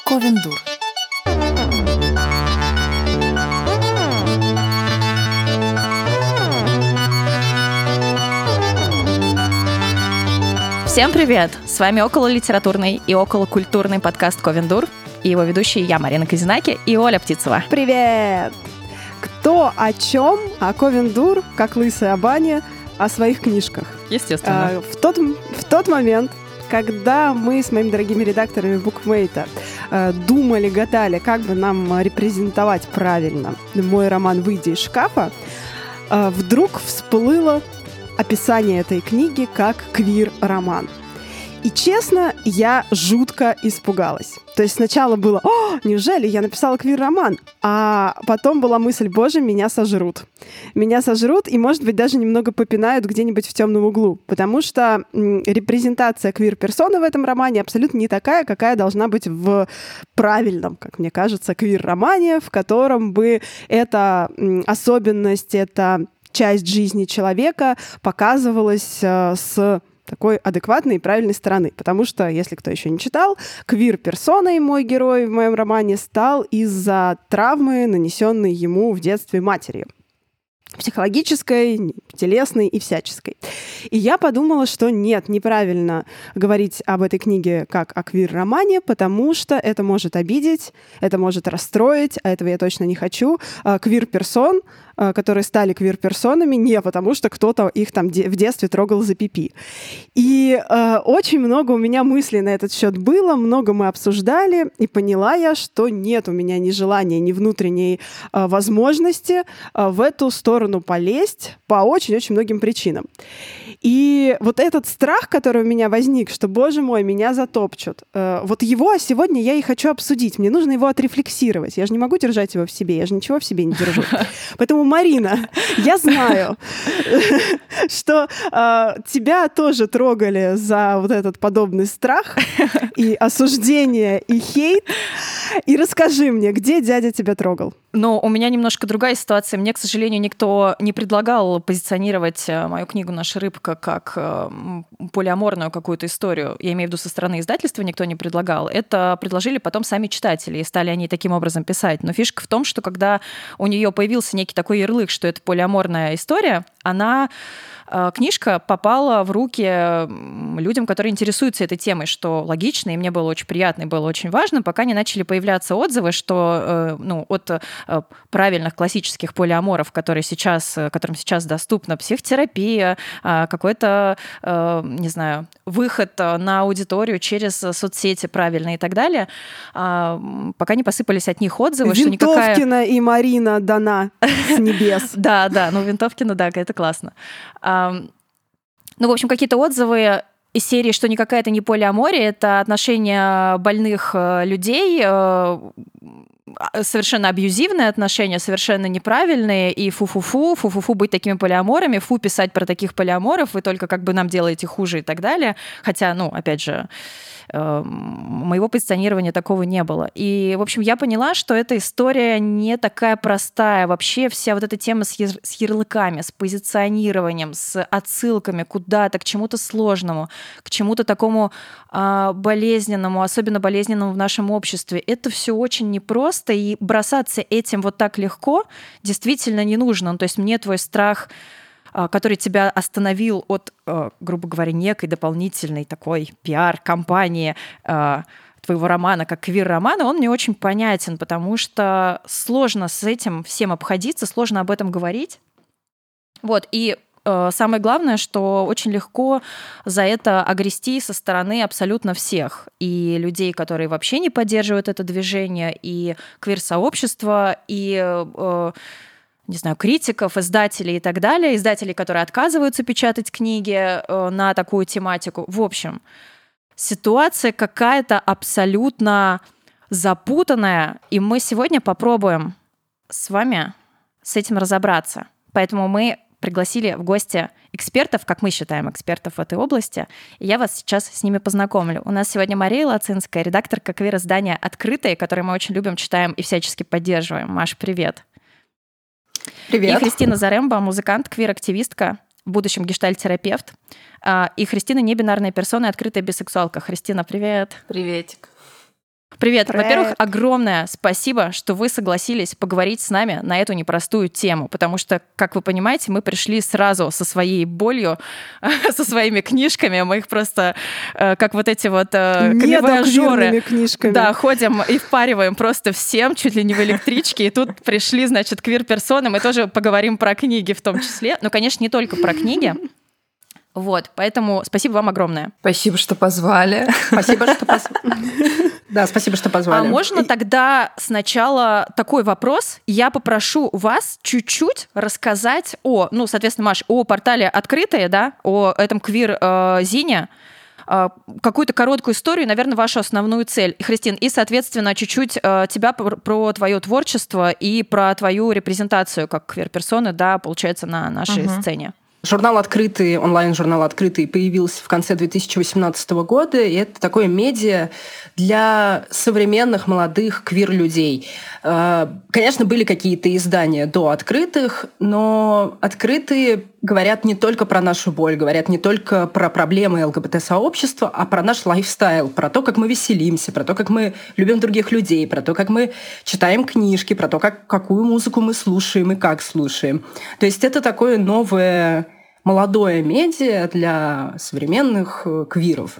Ковендур. Всем привет! С вами окололитературный и околокультурный подкаст «Ковендур» и его ведущие я, Марина Казинаки, и Оля Птицева. Привет! Кто о чем, а Ковендур, как лысая баня, о своих книжках. Естественно. В тот момент, когда мы с моими дорогими редакторами Букмейта думали, гадали, как бы нам репрезентовать правильно мой роман «Выйди из шкафа», вдруг всплыло описание этой книги как квир-роман. И честно, я жутко испугалась. То есть сначала было: «О, неужели я написала квир-роман?» А потом была мысль: «Боже, меня сожрут». Меня сожрут и, может быть, даже немного попинают где-нибудь в темном углу. Потому что репрезентация квир-персоны в этом романе абсолютно не такая, какая должна быть в правильном, как мне кажется, квир-романе, в котором бы эта особенность, эта часть жизни человека показывалась с такой адекватной и правильной стороны. Потому что, если кто еще не читал, квир-персоной мой герой в моем романе стал из-за травмы, нанесенной ему в детстве матерью. Психологической, телесной и всяческой. И я подумала, что нет, неправильно говорить об этой книге как о квир-романе, потому что это может обидеть, это может расстроить, а этого я точно не хочу. Квир-персон, которые стали квир-персонами, не потому что кто-то их там в детстве трогал за пипи. И очень много у меня мыслей на этот счет было, много мы обсуждали, и поняла я, что нет у меня ни желания, ни внутренней возможности в эту сторону полезть по очень-очень многим причинам. И вот этот страх, который у меня возник, что, боже мой, меня затопчут, вот его сегодня я и хочу обсудить. Мне нужно его отрефлексировать. Я же не могу держать его в себе, я же ничего в себе не держу. Поэтому, Марина, я знаю, что тебя тоже трогали за вот этот подобный страх и осуждение, и хейт. И расскажи мне, где дядя тебя трогал? Но у меня немножко другая ситуация. Мне, к сожалению, никто не предлагал позиционировать мою книгу «Наша рыбка» как полиаморную какую-то историю. Я имею в виду, со стороны издательства никто не предлагал. Это предложили потом сами читатели, и стали они таким образом писать. Но фишка в том, что когда у нее появился некий такой ярлык, что это полиаморная история, книжка попала в руки людям, которые интересуются этой темой, что логично, и мне было очень приятно, и было очень важно, пока не начали появляться отзывы, что от правильных классических полиаморов, которым сейчас доступна психотерапия, какой-то, не знаю, выход на аудиторию через соцсети правильные и так далее, пока не посыпались от них отзывы, что никакая... Винтовкина и Марина дана с небес. Да, Винтовкина, да, это классно. В общем, какие-то отзывы из серии, что никакая это не полиамория, это отношения больных людей, совершенно абьюзивные отношения, совершенно неправильные, и фу-фу-фу быть такими полиаморами, фу писать про таких полиаморов, вы только как бы нам делаете хуже и так далее. Хотя, опять же, моего позиционирования такого не было. И, в общем, я поняла, что эта история не такая простая. Вообще вся вот эта тема с ярлыками, с позиционированием, с отсылками куда-то, к чему-то сложному, к чему-то такому болезненному, особенно болезненному в нашем обществе. Это все очень непросто, и бросаться этим вот так легко действительно не нужно. То есть мне твой страх, который тебя остановил от, грубо говоря, некой дополнительной такой пиар-кампании твоего романа, как квир-романа, он мне очень понятен, потому что сложно с этим всем обходиться, сложно об этом говорить. И самое главное, что очень легко за это огрести со стороны абсолютно всех. И людей, которые вообще не поддерживают это движение, и квир-сообщества, и... не знаю, критиков, издателей и так далее, издателей, которые отказываются печатать книги на такую тематику. В общем, ситуация какая-то абсолютно запутанная, и мы сегодня попробуем с вами с этим разобраться. Поэтому мы пригласили в гости экспертов, как мы считаем, экспертов в этой области, и я вас сейчас с ними познакомлю. У нас сегодня Мария Лацинская, редакторка квир-издания «Открытые», которое мы очень любим, читаем и всячески поддерживаем. Маш, привет! Привет. И Христина Заремба, музыкант, квир-активистка, в будущем гештальт-терапевт. И Христина — небинарная персона и открытая бисексуалка. Христина, привет. Приветик. Привет. Во-первых, огромное спасибо, что вы согласились поговорить с нами на эту непростую тему, потому что, как вы понимаете, мы пришли сразу со своей болью, со своими книжками, мы их просто, как вот эти вот камевояжеры, да, ходим и впариваем просто всем, чуть ли не в электричке, и тут пришли, значит, квир-персоны, мы тоже поговорим про книги в том числе, но, конечно, не только про книги. Вот, поэтому спасибо вам огромное. Спасибо, что позвали. Спасибо, что позвали. Да, спасибо, что позвали. А можно тогда сначала такой вопрос? Я попрошу вас чуть-чуть рассказать соответственно, Маш, о портале «Открытые», да, о этом квир-зине, какую-то короткую историю, наверное, вашу основную цель. И, Христин, и, соответственно, чуть-чуть тебя про твое творчество и про твою репрезентацию как квир-персоны, да, получается, на нашей сцене. Журнал «Открытый», онлайн-журнал «Открытый» появился в конце 2018 года, и это такое медиа для современных молодых квир-людей. Конечно, были какие-то издания до «Открытых», но «Открытые» говорят не только про нашу боль, говорят не только про проблемы ЛГБТ-сообщества, а про наш лайфстайл, про то, как мы веселимся, про то, как мы любим других людей, про то, как мы читаем книжки, про то, какую музыку мы слушаем и как слушаем. То есть это такое новое молодое медиа для современных квиров.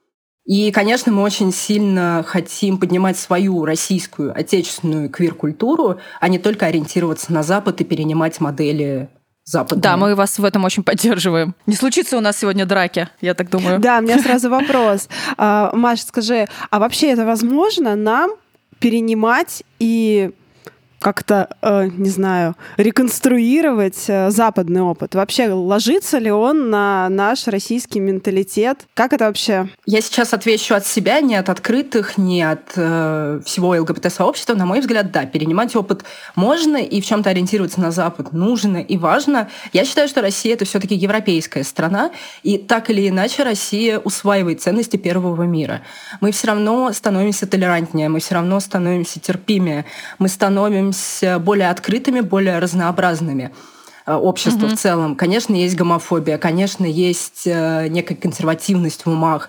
И, конечно, мы очень сильно хотим поднимать свою российскую, отечественную квир-культуру, а не только ориентироваться на Запад и перенимать модели западные. Да, мы вас в этом очень поддерживаем. Не случится у нас сегодня драки, я так думаю. Да, у меня сразу вопрос. Маш, скажи, а вообще это возможно нам перенимать и как-то, не знаю, реконструировать западный опыт? Вообще, ложится ли он на наш российский менталитет? Как это вообще? Я сейчас отвечу от себя, не от «Открытых», не от всего ЛГБТ-сообщества. На мой взгляд, да, перенимать опыт можно, и в чем-то ориентироваться на Запад нужно и важно. Я считаю, что Россия — это все-таки европейская страна, и так или иначе Россия усваивает ценности первого мира. Мы все равно становимся толерантнее, мы все равно становимся терпимее, мы становимся более открытыми, более разнообразными обществу в целом. Конечно, есть гомофобия, конечно, есть некая консервативность в умах,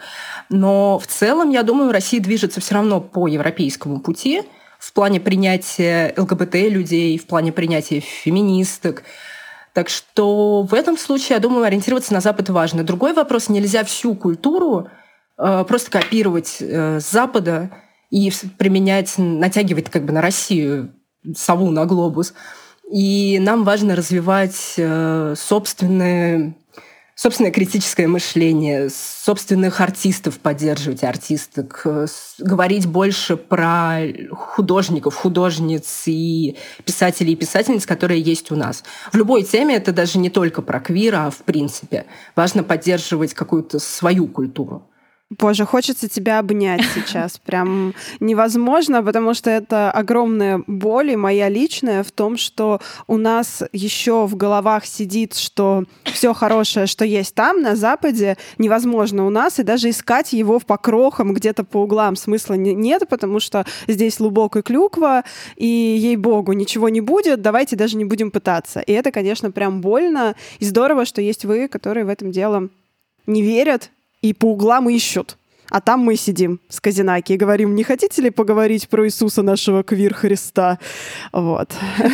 но в целом, я думаю, Россия движется все равно по европейскому пути в плане принятия ЛГБТ-людей, в плане принятия феминисток. Так что в этом случае, я думаю, ориентироваться на Запад важно. Другой вопрос: нельзя всю культуру просто копировать с Запада и применять, натягивать как бы на Россию, сову на глобус. И нам важно развивать собственное критическое мышление, собственных артистов поддерживать, артисток, говорить больше про художников, художниц и писателей и писательниц, которые есть у нас. В любой теме это даже не только про квир, а в принципе. Важно поддерживать какую-то свою культуру. Боже, хочется тебя обнять сейчас. Прям невозможно, потому что это огромная боль, и моя личная, в том, что у нас еще в головах сидит, что все хорошее, что есть там, на Западе, невозможно у нас, и даже искать его по крохам где-то по углам смысла нет, потому что здесь лубок и клюква, и, ей-богу, ничего не будет, давайте даже не будем пытаться. И это, конечно, прям больно, и здорово, что есть вы, которые в этом дело не верят, и по углам ищут. А там мы сидим с Козинаки и говорим: не хотите ли поговорить про Иисуса, нашего квир-Христа? Вот.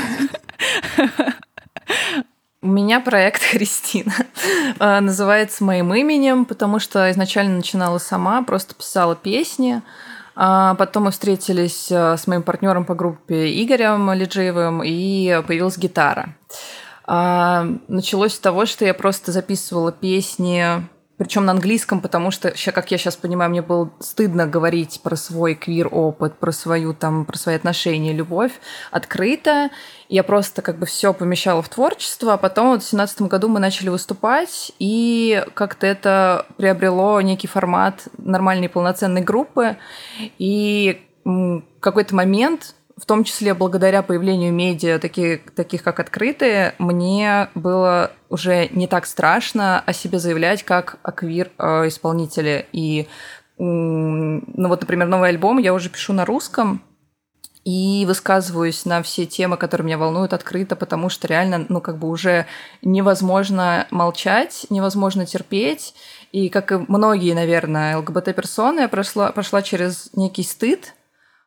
У меня проект «Христина» называется моим именем, потому что изначально начинала сама, просто писала песни. Потом мы встретились с моим партнером по группе Игорем Лиджиевым, и появилась гитара. Началось с того, что я просто записывала песни, причем на английском, потому что, как я сейчас понимаю, мне было стыдно говорить про свой квир-опыт, про свои отношения, любовь открыто. Я просто как бы все помещала в творчество, а потом в 2017 году мы начали выступать, и как-то это приобрело некий формат нормальной полноценной группы. И в какой-то момент, в том числе благодаря появлению медиа, таких как «Открытые», мне было уже не так страшно о себе заявлять как о квир-исполнителе. И, например, новый альбом я уже пишу на русском и высказываюсь на все темы, которые меня волнуют, открыто, потому что реально, уже невозможно молчать, невозможно терпеть. И, как и многие, наверное, ЛГБТ-персоны, я прошла через некий стыд,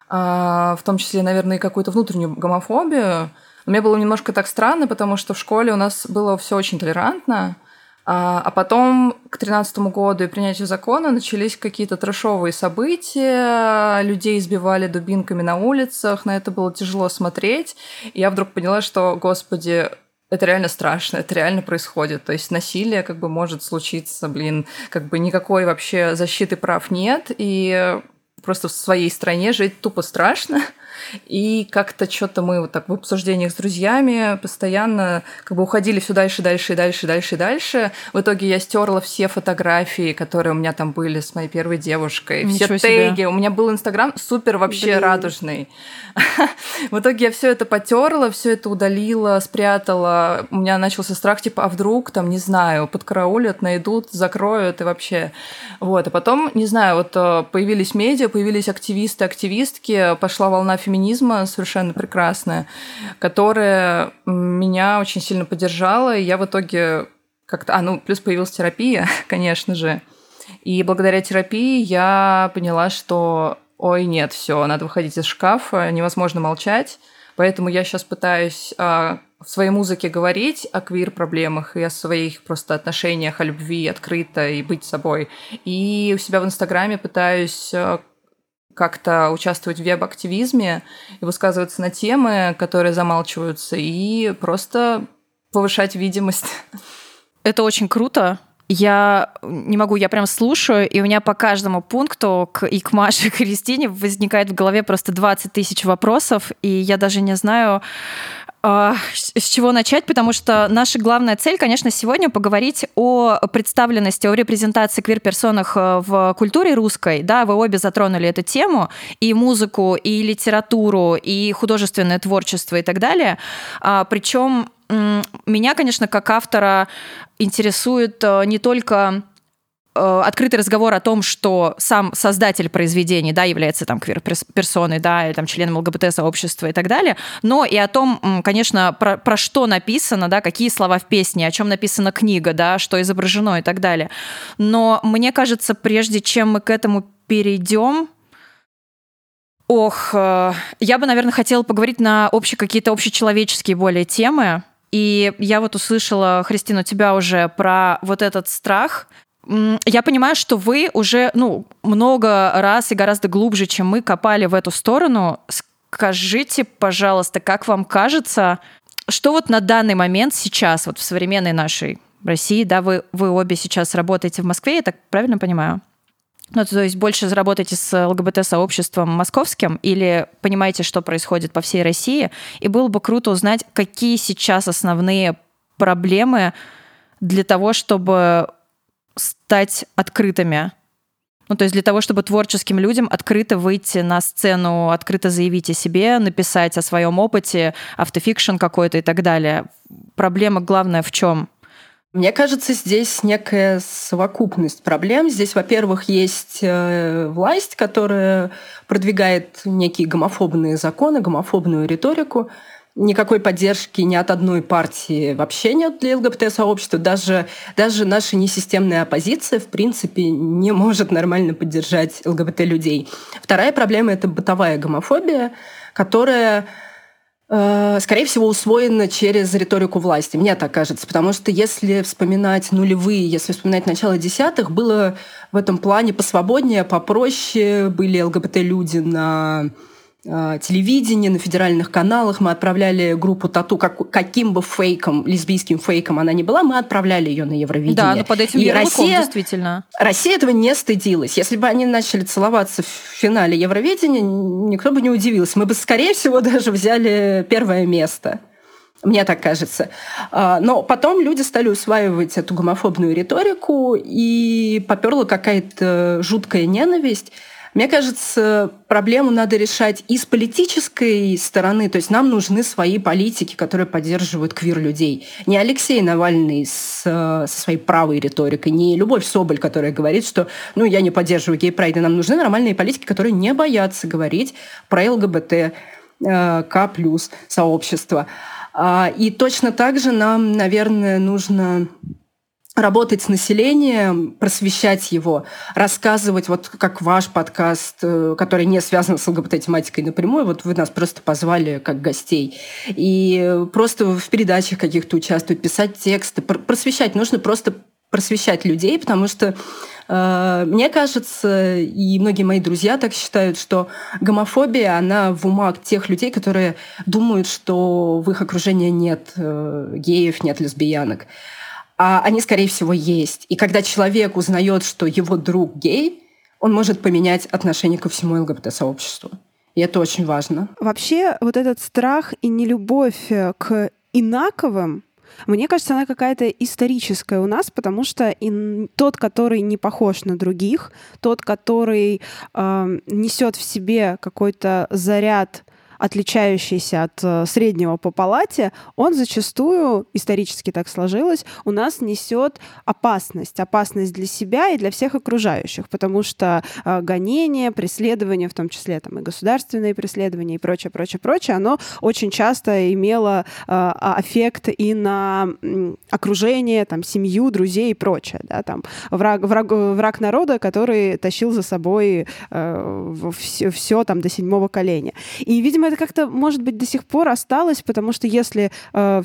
в том числе, наверное, и какую-то внутреннюю гомофобию. Но мне было немножко так странно, потому что в школе у нас было все очень толерантно, а потом к 2013 году и принятию закона начались какие-то трэшовые события, людей избивали дубинками на улицах, на это было тяжело смотреть. И я вдруг поняла, что, господи, это реально страшно, это реально происходит. То есть насилие как бы может случиться, как бы никакой вообще защиты прав нет, и просто в своей стране жить тупо страшно. И как-то что-то мы вот так в обсуждениях с друзьями постоянно как бы уходили все дальше, дальше, и дальше, дальше, и дальше. В итоге я стерла все фотографии, которые у меня там были с моей первой девушкой. Ничего все себе. теги. У меня был Инстаграм супер вообще радужный. В итоге я все это потерла, все это удалила, спрятала. У меня начался страх, типа, а вдруг там, не знаю, подкараулят, найдут, закроют и вообще. Вот. А потом, не знаю, вот появились медиа, появились активисты, активистки, пошла волна феминизма совершенно прекрасная, которая меня очень сильно поддержала, и я в итоге как-то... плюс появилась терапия, конечно же. И благодаря терапии я поняла, что ой, нет, все, надо выходить из шкафа, невозможно молчать. Поэтому я сейчас пытаюсь в своей музыке говорить о квир-проблемах и о своих просто отношениях, о любви открыто и быть собой. И у себя в Инстаграме пытаюсь как-то участвовать в веб-активизме и высказываться на темы, которые замалчиваются, и просто повышать видимость. Это очень круто. Я не могу, я прям слушаю, и у меня по каждому пункту и к Маше, и к Кристине возникает в голове просто 20 тысяч вопросов, и я даже не знаю, с чего начать, потому что наша главная цель, конечно, сегодня поговорить о представленности, о репрезентации квир-персонах в культуре русской. Да, вы обе затронули эту тему, и музыку, и литературу, и художественное творчество и так далее. Причем меня, конечно, как автора интересует не только открытый разговор о том, что сам создатель произвений, да, является там квир-персоной, да, или там членом ЛГБТ-сообщества и так далее, но и о том, конечно, про что написано, да, какие слова в песне, о чем написана книга, да, что изображено и так далее. Но мне кажется, прежде чем мы к этому перейдем, я бы, наверное, хотела поговорить на какие-то общечеловеческие более темы. И я вот услышала, Христина, тебя уже про вот этот страх. Я понимаю, что вы уже много раз и гораздо глубже, чем мы, копали в эту сторону. Скажите, пожалуйста, как вам кажется, что вот на данный момент сейчас, вот в современной нашей России, да, вы обе сейчас работаете в Москве, я так правильно понимаю? То есть больше работаете с ЛГБТ-сообществом московским или понимаете, что происходит по всей России? И было бы круто узнать, какие сейчас основные проблемы для того, чтобы стать открытыми. То есть для того, чтобы творческим людям открыто выйти на сцену, открыто заявить о себе, написать о своем опыте, автофикшн какой-то и так далее. Проблема главная в чем? Мне кажется, здесь некая совокупность проблем. Здесь, во-первых, есть власть, которая продвигает некие гомофобные законы, гомофобную риторику. Никакой поддержки ни от одной партии вообще нет для ЛГБТ-сообщества. Даже наша несистемная оппозиция, в принципе, не может нормально поддержать ЛГБТ-людей. Вторая проблема — это бытовая гомофобия, которая скорее всего, усвоено через риторику власти. Мне так кажется. Потому что если вспоминать нулевые, если вспоминать начало десятых, было в этом плане посвободнее, попроще. Были ЛГБТ-люди на телевидении, на федеральных каналах. Мы отправляли группу «Тату», каким бы фейком, лесбийским фейком она ни была, мы отправляли ее на Евровидение. Да, но под этим ярлыком, действительно. Россия этого не стыдилась. Если бы они начали целоваться в финале Евровидения, никто бы не удивился. Мы бы, скорее всего, даже взяли первое место. Мне так кажется. Но потом люди стали усваивать эту гомофобную риторику, и попёрла какая-то жуткая ненависть. Мне кажется, проблему надо решать и с политической стороны, то есть нам нужны свои политики, которые поддерживают квир-людей. Не Алексей Навальный со своей правой риторикой, не Любовь Соболь, которая говорит, что я не поддерживаю гей-прайд. Нам нужны нормальные политики, которые не боятся говорить про ЛГБТ, К+, сообщество. И точно так же нам, наверное, нужно работать с населением, просвещать его, рассказывать, вот как ваш подкаст, который не связан с ЛГБТ-тематикой напрямую, вот вы нас просто позвали как гостей, и просто в передачах каких-то участвовать, писать тексты, просвещать. Нужно просто просвещать людей, потому что мне кажется, и многие мои друзья так считают, что гомофобия, она в умах тех людей, которые думают, что в их окружении нет геев, нет лесбиянок. А они, скорее всего, есть. И когда человек узнает, что его друг гей, он может поменять отношение ко всему ЛГБТ-сообществу. И это очень важно. Вообще, вот этот страх и нелюбовь к инаковым, мне кажется, она какая-то историческая у нас, потому что тот, который не похож на других, тот, который несет в себе какой-то заряд, отличающийся от среднего по палате, он зачастую, исторически так сложилось, у нас несет опасность для себя и для всех окружающих, потому что гонения, преследования, в том числе там, и государственные преследования и прочее, оно очень часто имело эффект и на окружение, там, семью, друзей и прочее. Да, там, враг народа, который тащил за собой все там, до 7-го коления. И, видимо, это как-то, может быть, до сих пор осталось, потому что если по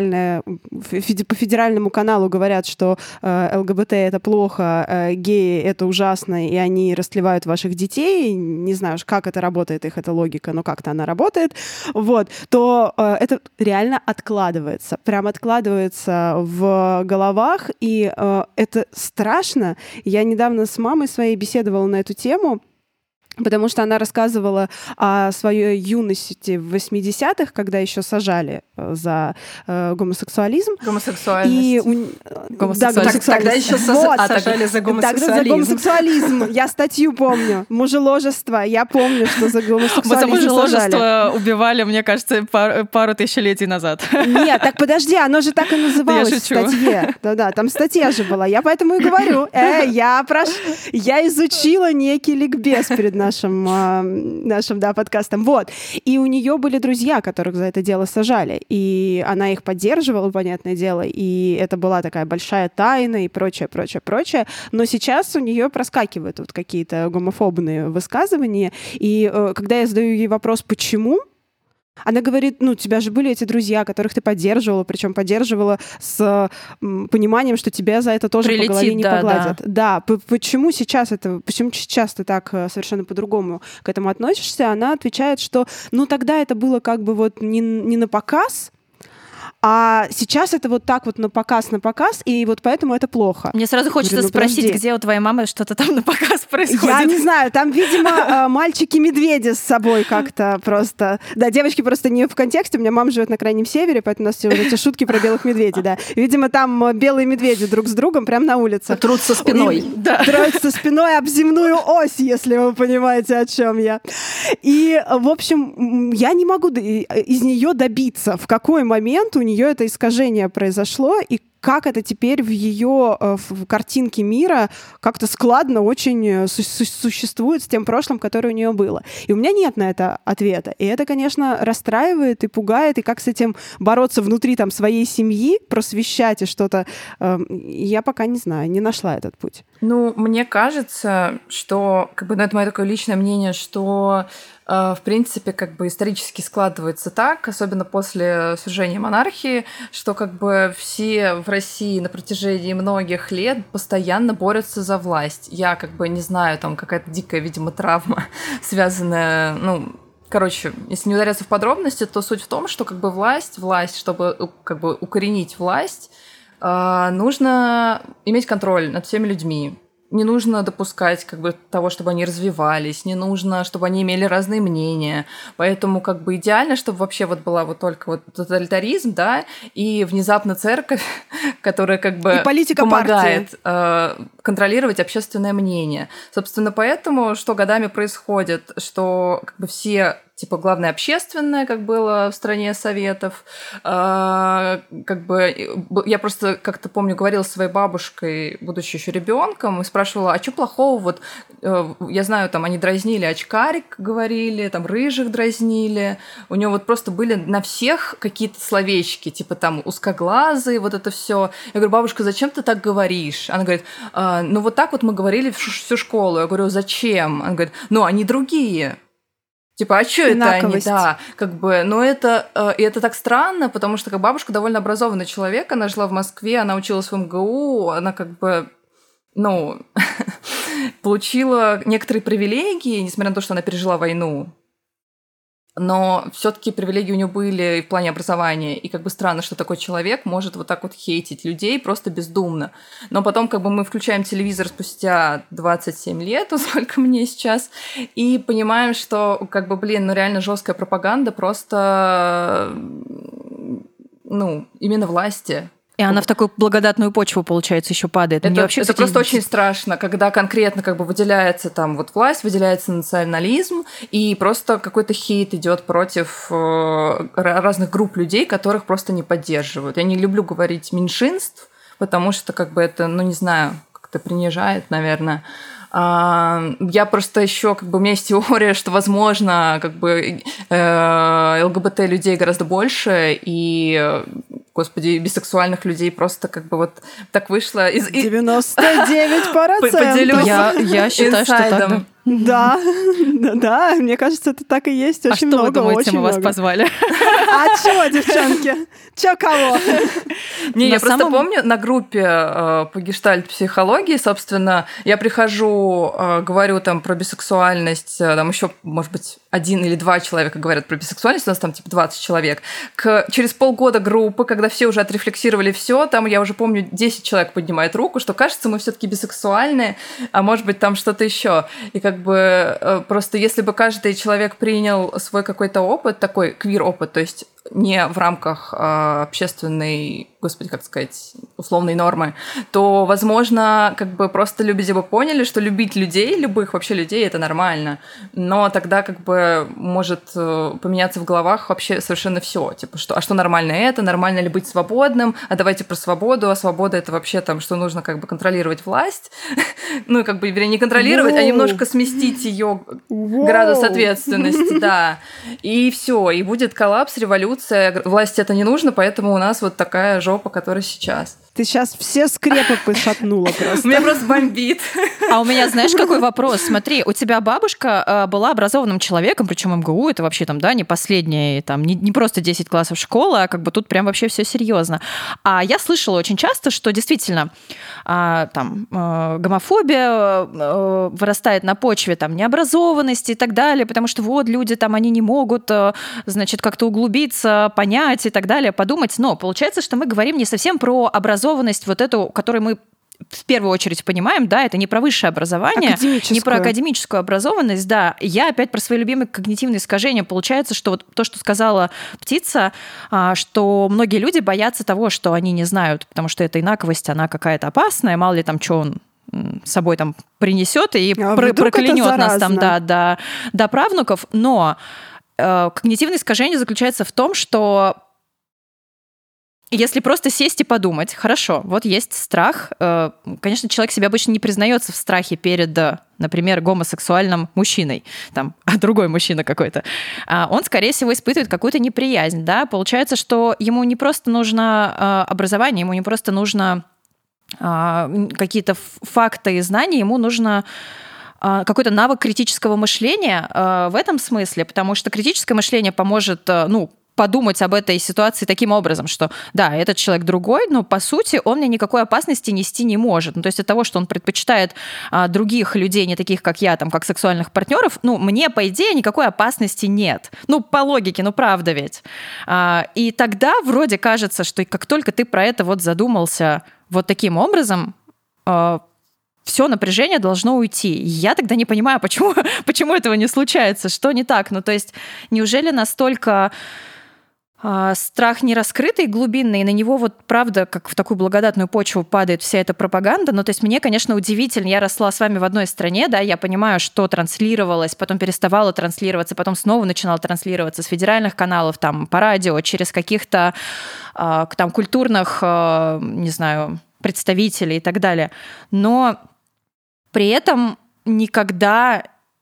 федеральному каналу говорят, что ЛГБТ — это плохо, геи — это ужасно, и они растлевают ваших детей, не знаю, как это работает, их эта логика, но как-то она работает, вот, то это реально откладывается, прям откладывается в головах, и это страшно. Я недавно с мамой своей беседовала на эту тему, потому что она рассказывала о своей юности в 80-х, когда еще сажали за гомосексуализм. Гомосексуальность. Тогда еще сажали за гомосексуализм. Тогда за гомосексуализм. Я статью помню. Мужеложество. Я помню, что за гомосексуализм за мужеложество сажали. убивали, мне кажется, пару тысячелетий назад. Нет, так подожди, оно же так и называлось в статье. Да-да, там статья же была. Я поэтому и говорю. Я изучила некий ликбез перед нашим подкастом. Вот. И у нее были друзья, которых за это дело сажали. И она их поддерживала, понятное дело. И это была такая большая тайна и прочее. Но сейчас у нее проскакивают вот какие-то гомофобные высказывания. И когда я задаю ей вопрос, почему, она говорит, у тебя же были эти друзья, которых ты поддерживала, причем поддерживала с пониманием, что тебя за это тоже по голове не погладят. Да. Почему сейчас ты так совершенно по-другому к этому относишься? Она отвечает, что тогда это было как бы вот не на показ, а сейчас это вот так вот на показ, и вот поэтому это плохо. Мне сразу хочется спросить, где у твоей мамы что-то там на показ происходит. Я не знаю, там, видимо, мальчики-медведи с собой как-то просто... Да, девочки просто не в контексте, у меня мама живет на Крайнем Севере, поэтому у нас все вот эти шутки про белых медведей, да. Видимо, там белые медведи друг с другом прямо на улице. Трутся спиной. Трутся спиной об земную ось, если вы понимаете, о чем я. И, в общем, я не могу из нее добиться, в какой момент у нее это искажение произошло, и как это теперь в ее в картинке мира как-то складно очень существует с тем прошлым, которое у нее было. И у меня нет на это ответа. И это, конечно, расстраивает и пугает. И как с этим бороться внутри там, своей семьи, просвещать и что-то, я пока не знаю, не нашла этот путь. Мне кажется, что, это мое такое личное мнение, что в принципе, исторически складывается так, особенно после свержения монархии, что все в России на протяжении многих лет постоянно борются за власть. Я не знаю, там какая-то дикая, видимо, травма, связанная, если не ударяться в подробности, то суть в том, что власть, чтобы укоренить власть, нужно иметь контроль над всеми людьми. Не нужно допускать того, чтобы они развивались, не нужно, чтобы они имели разные мнения. Поэтому идеально, чтобы вообще была только тоталитаризм, да, и внезапно церковь, которая и политика помогает контролировать общественное мнение. Собственно, поэтому, что годами происходит, что все типа главное общественное, как было в стране советов. Как бы я просто как-то помню, говорила с своей бабушкой, будучи еще ребенком, и спрашивала, а что плохого? Вот я знаю, там они дразнили очкарик, говорили, там рыжих дразнили. У него вот просто были на всех какие-то словечки, типа там узкоглазые, вот это все. Я говорю, бабушка, зачем ты так говоришь? Она говорит, ну вот так вот мы говорили всю школу. Я говорю, зачем? Она говорит, ну они другие. Типа, а что это они? Да, как бы, но это так странно, потому что как бабушка довольно образованный человек, она жила в Москве, она училась в МГУ, она как бы, ну, получила некоторые привилегии, несмотря на то, что она пережила войну. Но все-таки привилегии у нее были в плане образования. И как бы странно, что такой человек может вот так вот хейтить людей просто бездумно. Но потом как бы мы включаем телевизор спустя 27 лет, сколько мне сейчас, и понимаем, что как бы, блин, ну реально жесткая пропаганда просто, ну, именно власти. И она в такую благодатную почву, получается, еще падает. Это вообще, это просто очень страшно, когда конкретно как бы выделяется там вот власть, выделяется национализм, и просто какой-то хейт идет против разных групп людей, которых просто не поддерживают. Я не люблю говорить меньшинств, потому что как бы это, ну не знаю, как-то принижает, наверное. Я просто еще, как бы, у меня есть теория, что, возможно, как бы ЛГБТ людей гораздо больше, и, господи, бисексуальных людей просто как бы вот так вышло. 99%! Поделюсь я считаю, что так. Да, да, мне кажется, это так и есть. Очень много, что вы думаете, очень мы вас много. позвали? А чё, девчонки? Чё, кого? Не, я просто помню на группе по гештальт-психологии, собственно, я прихожу, говорю там про бисексуальность, там еще, может быть, 1 или 2 человека говорят про бисексуальность, у нас там типа 20 человек. Через полгода группы, когда все уже отрефлексировали все, там, я уже помню, 10 человек поднимает руку, что кажется, мы все-таки бисексуальные, а может быть, там что-то еще. И как бы просто если бы каждый человек принял свой какой-то опыт, такой квир-опыт, то есть не в рамках общественной, господи, как сказать, условной нормы, то, возможно, как бы просто люди бы поняли, что любить людей, любых вообще людей, это нормально. Но тогда как бы может поменяться в головах вообще совершенно все. Типа, что, а что нормально это? Нормально ли быть свободным? А давайте про свободу. А свобода — это вообще там, что нужно как бы контролировать власть. Ну, как бы, вернее, не контролировать, а немножко сместить ее градус ответственности, да. И все, и будет коллапс, революция. Власти это не нужно, поэтому у нас вот такая жопа, которая сейчас. Ты сейчас все скрепы пошатнула просто. Меня просто бомбит. А у меня, знаешь, какой вопрос? Смотри, у тебя бабушка была образованным человеком, причем МГУ это вообще там, да, не последние, там, не просто 10 классов школы, а как бы тут прям вообще все серьезно. А я слышала очень часто, что действительно там гомофобия вырастает на почве там необразованности и так далее, потому что вот люди там, они не могут, значит, как-то углубиться, понять и так далее, подумать. Но получается, что мы говорим не совсем про образованность вот эту, которую мы в первую очередь понимаем, да, это не про высшее образование, не про академическую образованность, да. Я опять про свои любимые когнитивные искажения. Получается, что вот то, что сказала птица, что многие люди боятся того, что они не знают, потому что эта инаковость, она какая-то опасная, мало ли там, что он с собой там принесет и проклянет нас там до правнуков. Но когнитивное искажение заключается в том, что если просто сесть и подумать, хорошо, вот есть страх. Конечно, человек себя обычно не признается в страхе перед, например, гомосексуальным мужчиной, там, а другой мужчина какой-то. Он, скорее всего, испытывает какую-то неприязнь, да. Получается, что ему не просто нужно образование, ему не просто нужно какие-то факты и знания, ему нужно какой-то навык критического мышления в этом смысле, потому что критическое мышление поможет, подумать об этой ситуации таким образом, что да, этот человек другой, но по сути он мне никакой опасности нести не может. Ну, то есть от того, что он предпочитает других людей, не таких, как я, там, как сексуальных партнеров, мне, по идее, никакой опасности нет. По логике, правда ведь. И тогда вроде кажется, что как только ты про это вот задумался вот таким образом, все напряжение должно уйти. Я тогда не понимаю, почему этого не случается, что не так. То есть неужели настолько Страх не раскрытый, глубинный, и на него вот правда, как в такую благодатную почву падает вся эта пропаганда. Ну, то есть мне, конечно, удивительно. Я росла с вами в одной стране, да, я понимаю, что транслировалось, потом переставало транслироваться, потом снова начинало транслироваться с федеральных каналов, там, по радио, через каких-то там культурных, не знаю, представителей и так далее. Но при этом никогда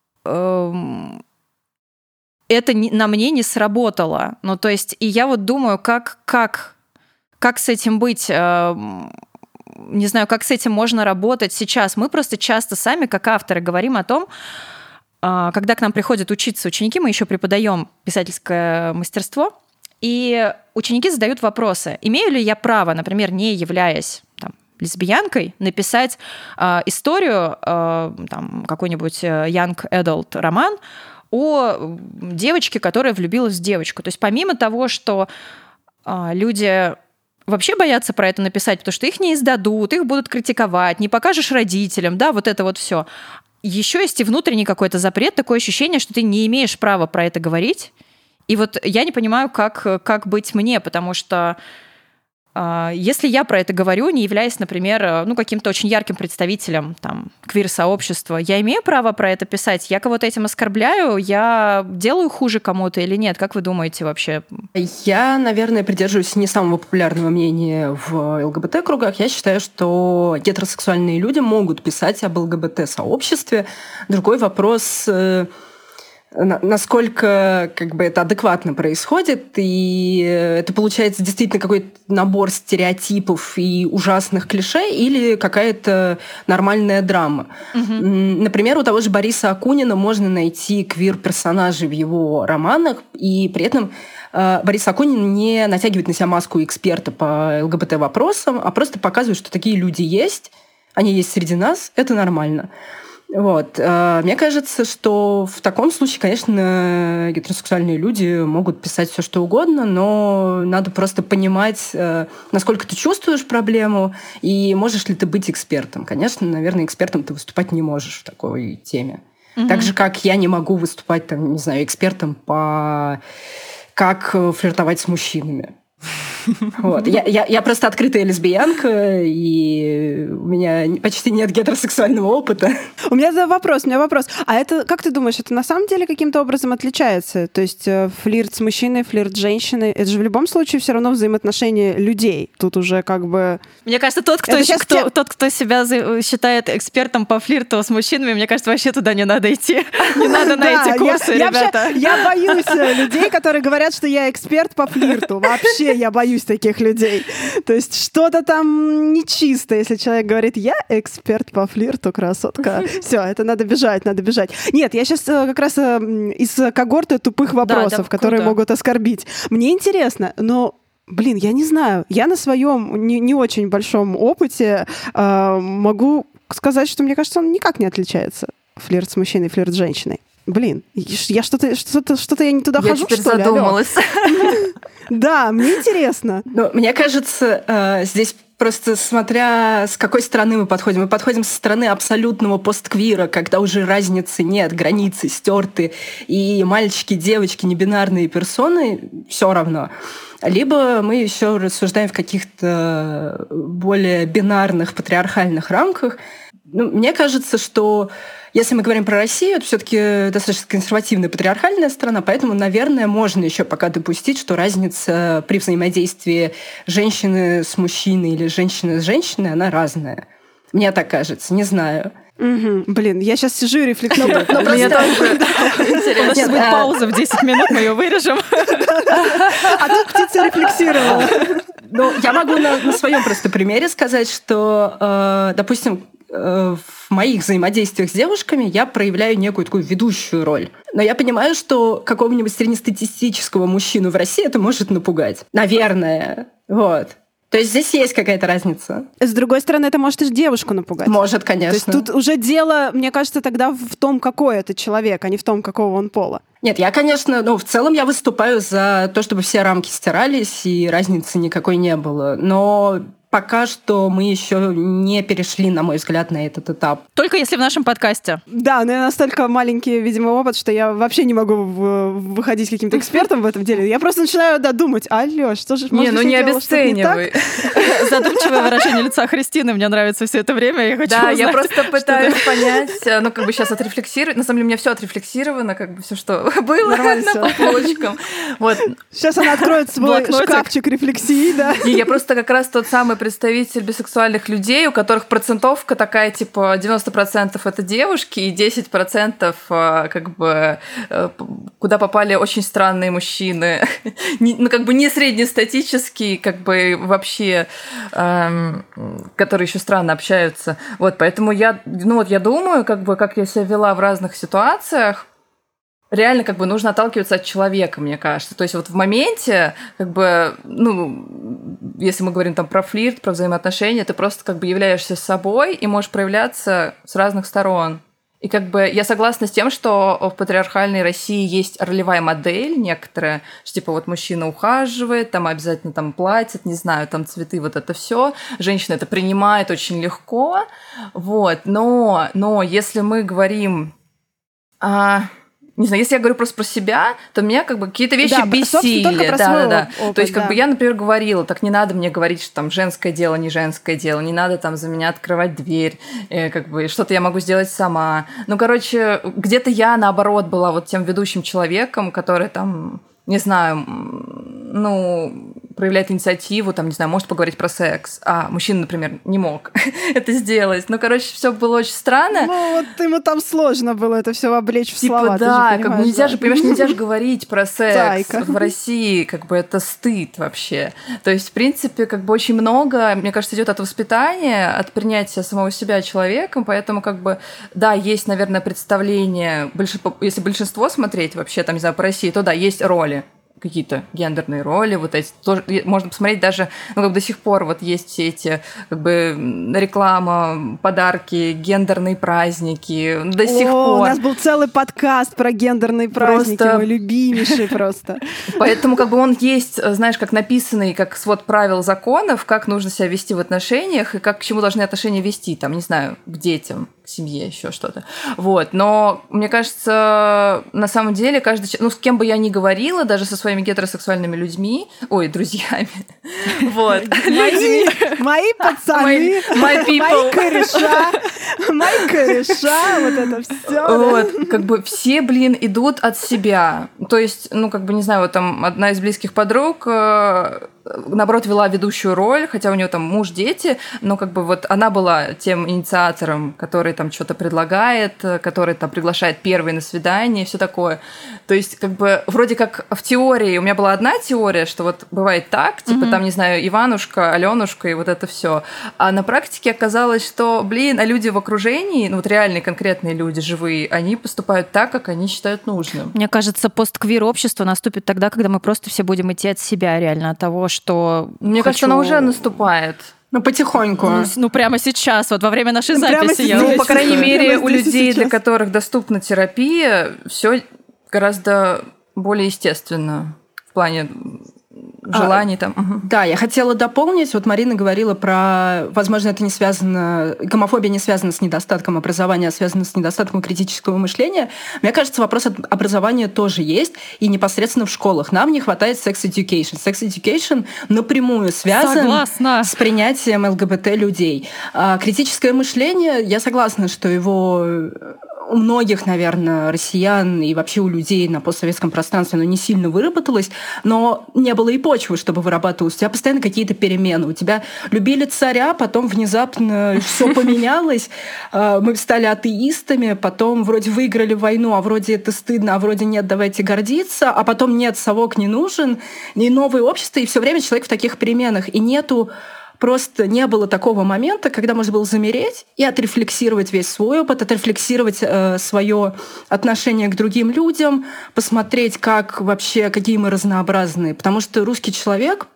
это на мне не сработало. Ну, то есть, и я вот думаю, как с этим быть, не знаю, как с этим можно работать сейчас. Мы просто часто сами, как авторы, говорим о том, когда к нам приходят учиться ученики, мы еще преподаем писательское мастерство, и ученики задают вопросы. Имею ли я право, например, не являясь там, лесбиянкой, написать историю, там, какой-нибудь young adult роман о девочке, которая влюбилась в девочку. То есть помимо того, что люди вообще боятся про это написать, потому что их не издадут, их будут критиковать, не покажешь родителям, да, вот это вот все. Еще есть и внутренний какой-то запрет, такое ощущение, что ты не имеешь права про это говорить. И вот я не понимаю, как быть мне, потому что если я про это говорю, не являясь, например, ну, каким-то очень ярким представителем там, квир-сообщества, я имею право про это писать? Я кого-то этим оскорбляю? Я делаю хуже кому-то или нет? Как вы думаете вообще? Я, наверное, придерживаюсь не самого популярного мнения в ЛГБТ-кругах. Я считаю, что гетеросексуальные люди могут писать об ЛГБТ-сообществе. Другой вопрос, насколько как бы, это адекватно происходит, и это получается действительно какой-то набор стереотипов и ужасных клише или какая-то нормальная драма. Например, у того же Бориса Акунина можно найти квир-персонажей в его романах, и при этом Борис Акунин не натягивает на себя маску эксперта по ЛГБТ-вопросам, а просто показывает, что такие люди есть, они есть среди нас, это нормально. Вот. Мне кажется, что в таком случае, конечно, гетеросексуальные люди могут писать все, что угодно, но надо просто понимать, насколько ты чувствуешь проблему и можешь ли ты быть экспертом. Конечно, наверное, экспертом ты выступать не можешь в такой теме. Так же, как я не могу выступать, там, не знаю, экспертом по как флиртовать с мужчинами. Вот. Я просто открытая лесбиянка, и у меня почти нет гетеросексуального опыта. У меня вопрос. А это, как ты думаешь, это на самом деле каким-то образом отличается? То есть флирт с мужчиной, флирт с женщиной, это же в любом случае все равно взаимоотношения людей. Тут уже как бы... Мне кажется, тот, кто себя считает экспертом по флирту с мужчинами, мне кажется, вообще туда не надо идти. Не надо на эти курсы, ребята. Я боюсь людей, которые говорят, что я эксперт по флирту. Вообще я боюсь таких людей. То есть что-то там нечисто, если человек говорит, я эксперт по флирту, красотка. Все, это надо бежать. Нет, я сейчас как раз из когорты тупых вопросов, которые могут оскорбить. Мне интересно, но блин, я не знаю. Я на своем не очень большом опыте могу сказать, что, мне кажется, он никак не отличается. Флирт с мужчиной, флирт с женщиной. Блин, я что-то я не туда хожу, что ли? Я теперь задумалась. Да, мне интересно. Мне кажется, здесь просто смотря с какой стороны мы подходим. Мы подходим со стороны абсолютного постквира, когда уже разницы нет, границы стерты, и мальчики, девочки, небинарные персоны все равно. Либо мы еще рассуждаем в каких-то более бинарных, патриархальных рамках. Мне кажется, что если мы говорим про Россию, это все-таки достаточно консервативная патриархальная страна, поэтому, наверное, можно еще пока допустить, что разница при взаимодействии женщины с мужчиной или женщины с женщиной, она разная. Мне так кажется, не знаю. Блин, я сейчас сижу и рефлексирую. Мне тоже интересно. Сейчас будет пауза в 10 минут, мы ее вырежем. А тут птица рефлексировала. Я могу на своем просто примере сказать, что, допустим, в моих взаимодействиях с девушками я проявляю некую такую ведущую роль. Но я понимаю, что какого-нибудь среднестатистического мужчину в России это может напугать. Наверное. Вот. То есть здесь есть какая-то разница. С другой стороны, это может и девушку напугать. Может, конечно. То есть тут уже дело, мне кажется, тогда в том, какой это человек, а не в том, какого он пола. Нет, я, конечно, в целом я выступаю за то, чтобы все рамки стирались и разницы никакой не было. Но пока что мы еще не перешли, на мой взгляд, на этот этап. Только если в нашем подкасте. Да, но я настолько маленький, видимо, опыт, что я вообще не могу выходить каким-то экспертом в этом деле. Я просто начинаю думать, Лёш, что же... Не, ну не обесценивай. Задумчивое выражение лица Христины мне нравится все это время. Я хочу узнать, я просто пытаюсь понять, сейчас отрефлексировать. На самом деле у меня все отрефлексировано, все, что было по полочкам. Вот. Сейчас она откроет свой шкафчик рефлексии, да? И я просто как раз тот самый представитель бисексуальных людей, у которых процентовка такая, типа 90% это девушки и 10% как бы куда попали очень странные мужчины. Не среднестатические, как бы вообще, которые еще странно общаются. Вот, поэтому я думаю, как я себя вела в разных ситуациях. Реально, нужно отталкиваться от человека, мне кажется. То есть вот в моменте, если мы говорим там про флирт, про взаимоотношения, ты просто являешься собой и можешь проявляться с разных сторон. И я согласна с тем, что в патриархальной России есть ролевая модель некоторая, что типа вот мужчина ухаживает, там обязательно там платит, не знаю, там цветы, вот это все. Женщина это принимает очень легко. Вот. Но если мы говорим... Не знаю, если я говорю просто про себя, то меня какие-то вещи бесили. Да. То есть, я, например, говорила, так не надо мне говорить, что там женское дело, не женское дело, не надо там за меня открывать дверь, что-то я могу сделать сама. Где-то я, наоборот, была вот тем ведущим человеком, который там, не знаю, проявляет инициативу, там, не знаю, может поговорить про секс, а мужчина, например, не мог это сделать. Все было очень странно. Вот ему там сложно было это все облечь в слова. Да, нельзя же говорить про секс в России, это стыд вообще. То есть, в принципе, очень много, мне кажется, идет от воспитания, от принятия самого себя человеком, поэтому, да, есть, наверное, представление, если большинство смотреть вообще, там, не знаю, по России, то да, есть роли. Какие-то гендерные роли, вот эти тоже можно посмотреть даже, до сих пор вот есть все эти реклама, подарки, гендерные праздники, до сих пор. У нас был целый подкаст про гендерные праздники, мой любимейший просто. Поэтому он есть, знаешь, как написанный, как свод правил, законов, как нужно себя вести в отношениях и как к чему должны отношения вести, там, не знаю, к детям, к семье, еще что-то. Вот. Но мне кажется, на самом деле каждый, с кем бы я ни говорила, даже со своими гетеросексуальными друзьями, вот, мои пацаны, мои кореша, вот это все. Вот, все, идут от себя. То есть, не знаю, вот там одна из близких подруг, наоборот, вела ведущую роль, хотя у нее там муж, дети, но вот она была тем инициатором, который там что-то предлагает, который там приглашает первый на свидание, все такое. То есть, вроде как в теории, у меня была одна теория, что вот бывает так, типа там, не знаю, Иванушка, Алёнушка и вот это все. А на практике оказалось, что, а люди в окружении, вот реальные конкретные люди, живые, они поступают так, как они считают нужным. Мне кажется, постквир-общество наступит тогда, когда мы просто все будем идти от себя реально, от того, что... Мне кажется, она уже наступает. Потихоньку. Прямо сейчас, вот во время нашей записи. По крайней мере, у людей, для которых доступна терапия, все гораздо более естественно в плане желаний там. Да, я хотела дополнить. Вот Марина говорила про, возможно, это не связано, гомофобия не связана с недостатком образования, а связана с недостатком критического мышления. Мне кажется, вопрос образования тоже есть, и непосредственно в школах. Нам не хватает sex-education. Sex-education напрямую связан с принятием ЛГБТ-людей. Критическое мышление, я согласна, что его... у многих, наверное, россиян и вообще у людей на постсоветском пространстве оно не сильно выработалось, но не было и почвы, чтобы вырабатывалось. У тебя постоянно какие-то перемены. У тебя любили царя, потом внезапно все поменялось. Мы стали атеистами, потом вроде выиграли войну, а вроде это стыдно, а вроде нет, давайте гордиться, а потом нет, совок не нужен, и новое общество, и все время человек в таких переменах. И просто не было такого момента, когда можно было замереть и отрефлексировать весь свой опыт, отрефлексировать свое отношение к другим людям, посмотреть, какие мы разнообразные. Потому что русский человек,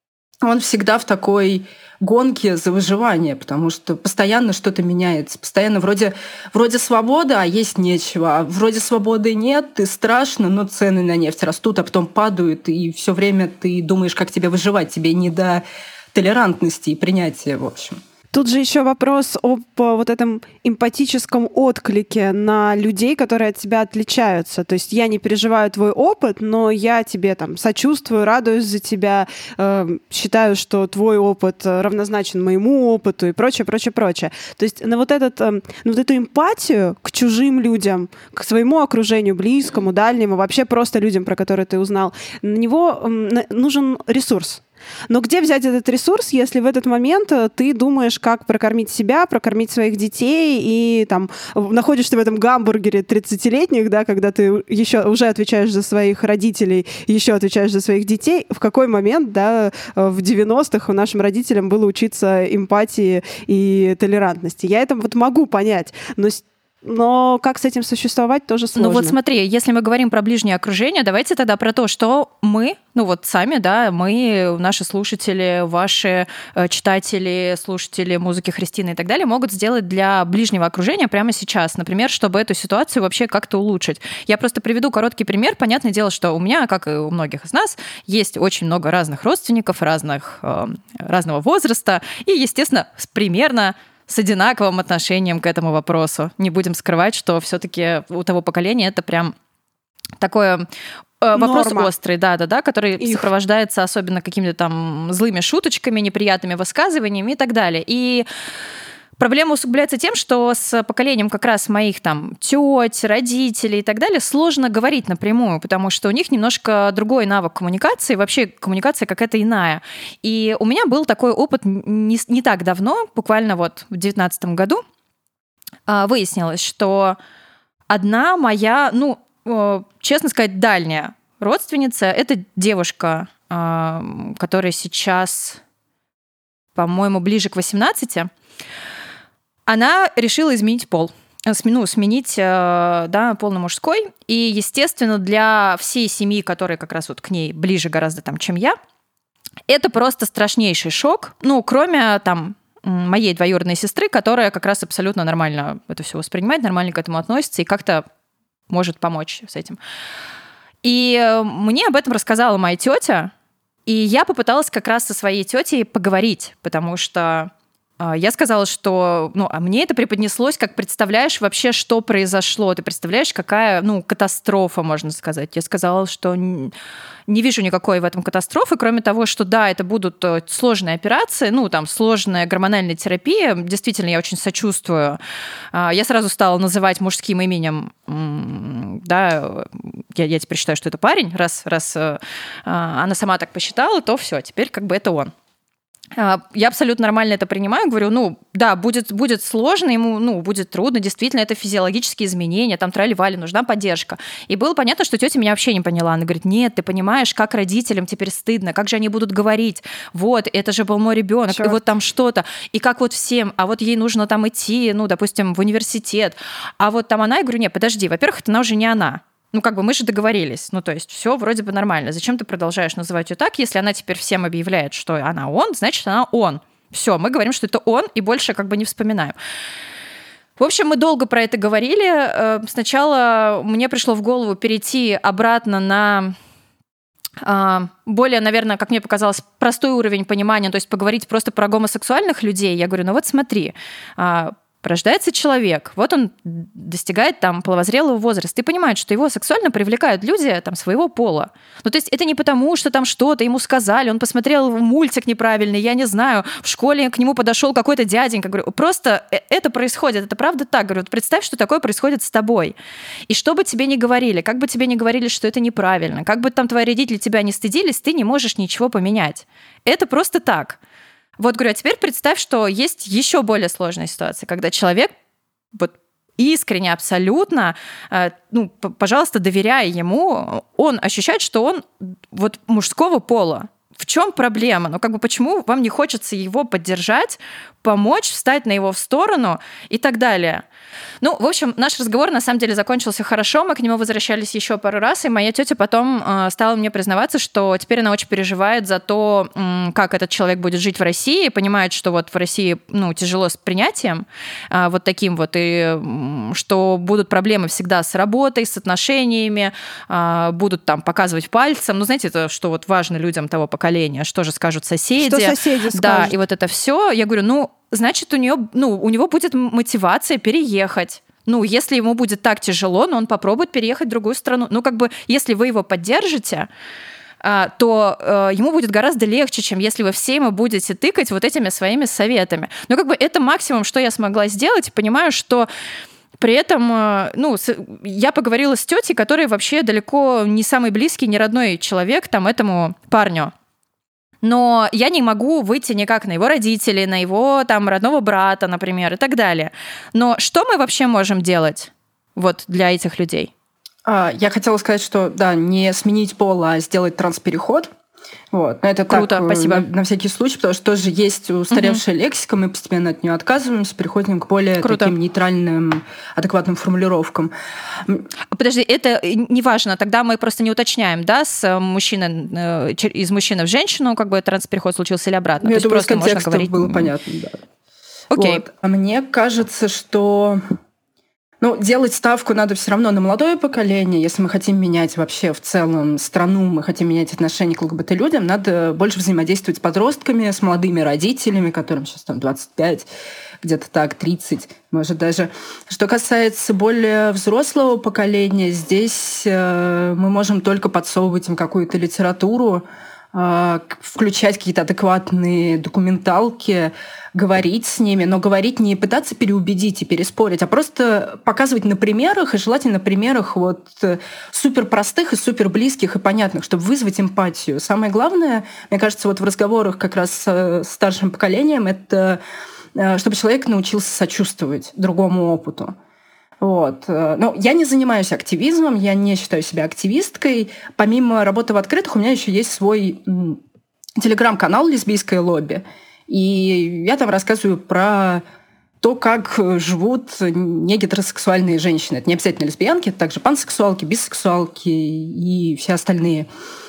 он всегда в такой гонке за выживание, потому что постоянно что-то меняется. Постоянно вроде свобода, а есть нечего. А вроде свободы нет, и страшно, но цены на нефть растут, а потом падают, и все время ты думаешь, как тебе выживать. Тебе не до толерантности и принятия, в общем. Тут же еще вопрос об вот этом эмпатическом отклике на людей, которые от тебя отличаются. То есть я не переживаю твой опыт, но я тебе там сочувствую, радуюсь за тебя, считаю, что твой опыт равнозначен моему опыту и прочее, прочее, прочее. То есть на вот эту эмпатию к чужим людям, к своему окружению, близкому, дальнему, вообще просто людям, про которые ты узнал, на него нужен ресурс. Но где взять этот ресурс, если в этот момент ты думаешь, как прокормить себя, прокормить своих детей, и там находишься в этом гамбургере 30-летних, да, когда ты еще уже отвечаешь за своих родителей, еще отвечаешь за своих детей. В какой момент, да, в 90-х нашим родителям было учиться эмпатии и толерантности? Я это вот могу понять, но как с этим существовать, тоже сложно. Ну вот смотри, если мы говорим про ближнее окружение, давайте тогда про то, что мы, ну вот сами, да, мы, наши слушатели, ваши читатели, слушатели музыки Христины и так далее могут сделать для ближнего окружения прямо сейчас, например, чтобы эту ситуацию вообще как-то улучшить. Я просто приведу короткий пример. Понятное дело, что у меня, как и у многих из нас, есть очень много разных родственников, разного возраста, и, естественно, примерно с одинаковым отношением к этому вопросу. Не будем скрывать, что все-таки у того поколения это прям такой вопрос норма. Острый, да, который сопровождается особенно какими-то там злыми шуточками, неприятными высказываниями и так далее. И проблема усугубляется тем, что с поколением как раз моих там тёть, родителей и так далее сложно говорить напрямую, потому что у них немножко другой навык коммуникации, вообще коммуникация какая-то иная. И у меня был такой опыт не так давно, буквально вот в 2019 году, выяснилось, что одна моя, честно сказать, дальняя родственница, это девушка, которая сейчас, по-моему, ближе к 18, она решила изменить пол, сменить пол на мужской. И, естественно, для всей семьи, которая как раз вот к ней ближе гораздо там, чем я, это просто страшнейший шок. Кроме там моей двоюродной сестры, которая как раз абсолютно нормально это все воспринимает, нормально к этому относится и как-то может помочь с этим. И мне об этом рассказала моя тетя, и я попыталась как раз со своей тетей поговорить, потому что я сказала, что, а мне это преподнеслось, как представляешь вообще, что произошло. Ты представляешь, какая, катастрофа, можно сказать. Я сказала, что не вижу никакой в этом катастрофы, кроме того, что да, это будут сложные операции, сложная гормональная терапия. Действительно, я очень сочувствую. Я сразу стала называть мужским именем, да, я теперь считаю, что это парень. Раз она сама так посчитала, то все, теперь как бы это он. Я абсолютно нормально это принимаю, говорю, да, будет сложно, ему, будет трудно, действительно, это физиологические изменения, там трали-вали, нужна поддержка. И было понятно, что тетя меня вообще не поняла. Она говорит, нет, ты понимаешь, как родителям теперь стыдно, как же они будут говорить, вот, это же был мой ребенок, и вот там что-то, и как вот всем, а вот ей нужно там идти, допустим, в университет, а вот там она, я говорю, нет, подожди, во-первых, это она уже не она. Мы же договорились. То есть все вроде бы нормально. Зачем ты продолжаешь называть ее так? Если она теперь всем объявляет, что она он, значит, она он. Все, мы говорим, что это он, и больше как бы не вспоминаем. В общем, мы долго про это говорили. Сначала мне пришло в голову перейти обратно на более, наверное, как мне показалось, простой уровень понимания, то есть поговорить просто про гомосексуальных людей. Я говорю, вот смотри, рождается человек, вот он достигает там половозрелого возраста и понимает, что его сексуально привлекают люди там своего пола. То есть это не потому, что там что-то ему сказали, он посмотрел мультик неправильный, я не знаю, в школе к нему подошел какой-то дяденька. Говорю, просто это происходит, это правда так. Говорю, представь, что такое происходит с тобой. И что бы тебе ни говорили, как бы тебе ни говорили, что это неправильно, как бы там твои родители тебя не стыдились, ты не можешь ничего поменять. Это просто так. Вот, говорю, а теперь представь, что есть еще более сложная ситуация, когда человек вот искренне, абсолютно, пожалуйста, доверяя ему, он ощущает, что он вот мужского пола. В чем проблема? Почему вам не хочется его поддержать, помочь, встать на его сторону и так далее. Ну, в общем, наш разговор на самом деле закончился хорошо, мы к нему возвращались еще пару раз, и моя тетя потом стала мне признаваться, что теперь она очень переживает за то, как этот человек будет жить в России, понимает, что вот в России, ну, тяжело с принятием вот таким вот, и что будут проблемы всегда с работой, с отношениями, будут там показывать пальцем, ну, знаете, это что вот важно людям того поколения, что же скажут соседи. Что соседи скажут. Да, и вот это все, я говорю, ну, значит, у него будет мотивация переехать. Ну, если ему будет так тяжело, но он попробует переехать в другую страну. Ну, как бы, если вы его поддержите, то ему будет гораздо легче, чем если вы все ему будете тыкать вот этими своими советами. Ну, как бы, это максимум, что я смогла сделать, и понимаю, что при этом, ну, я поговорила с тетей, которая вообще далеко не самый близкий, не родной человек там этому парню. Но я не могу выйти никак на его родителей, на его там родного брата, например, и так далее. Но что мы вообще можем делать вот для этих людей? Я хотела сказать, что, да, не сменить пол, а сделать транспереход. Вот. Но это круто, так, спасибо. На всякий случай, потому что тоже есть устаревшая лексика, мы постепенно от нее отказываемся, переходим к более таким нейтральным, адекватным формулировкам. Подожди, это не важно, тогда мы просто не уточняем, да, с мужчины, из мужчины в женщину, как бы транспереход случился или обратно. Ну, то есть думаю, просто можно говорить. было понятно, да. Окей. Вот. А мне кажется, что делать ставку надо все равно на молодое поколение. Если мы хотим менять вообще в целом страну, мы хотим менять отношение к ЛГБТ-людям, надо больше взаимодействовать с подростками, с молодыми родителями, которым сейчас там 25, где-то так, 30, может даже. Что касается более взрослого поколения, здесь мы можем только подсовывать им какую-то литературу, включать какие-то адекватные документалки, говорить с ними, но говорить не пытаться переубедить и переспорить, а просто показывать на примерах, и желательно на примерах вот супер простых и супер близких и понятных, чтобы вызвать эмпатию. Самое главное, мне кажется, вот в разговорах как раз с старшим поколением, это чтобы человек научился сочувствовать другому опыту. Вот. Но я не занимаюсь активизмом, я не считаю себя активисткой. Помимо работы в открытых, у меня еще есть свой телеграм-канал «Лесбийское лобби». И я там рассказываю про то, как живут негетеросексуальные женщины. Это не обязательно лесбиянки, это также пансексуалки, бисексуалки и все остальные.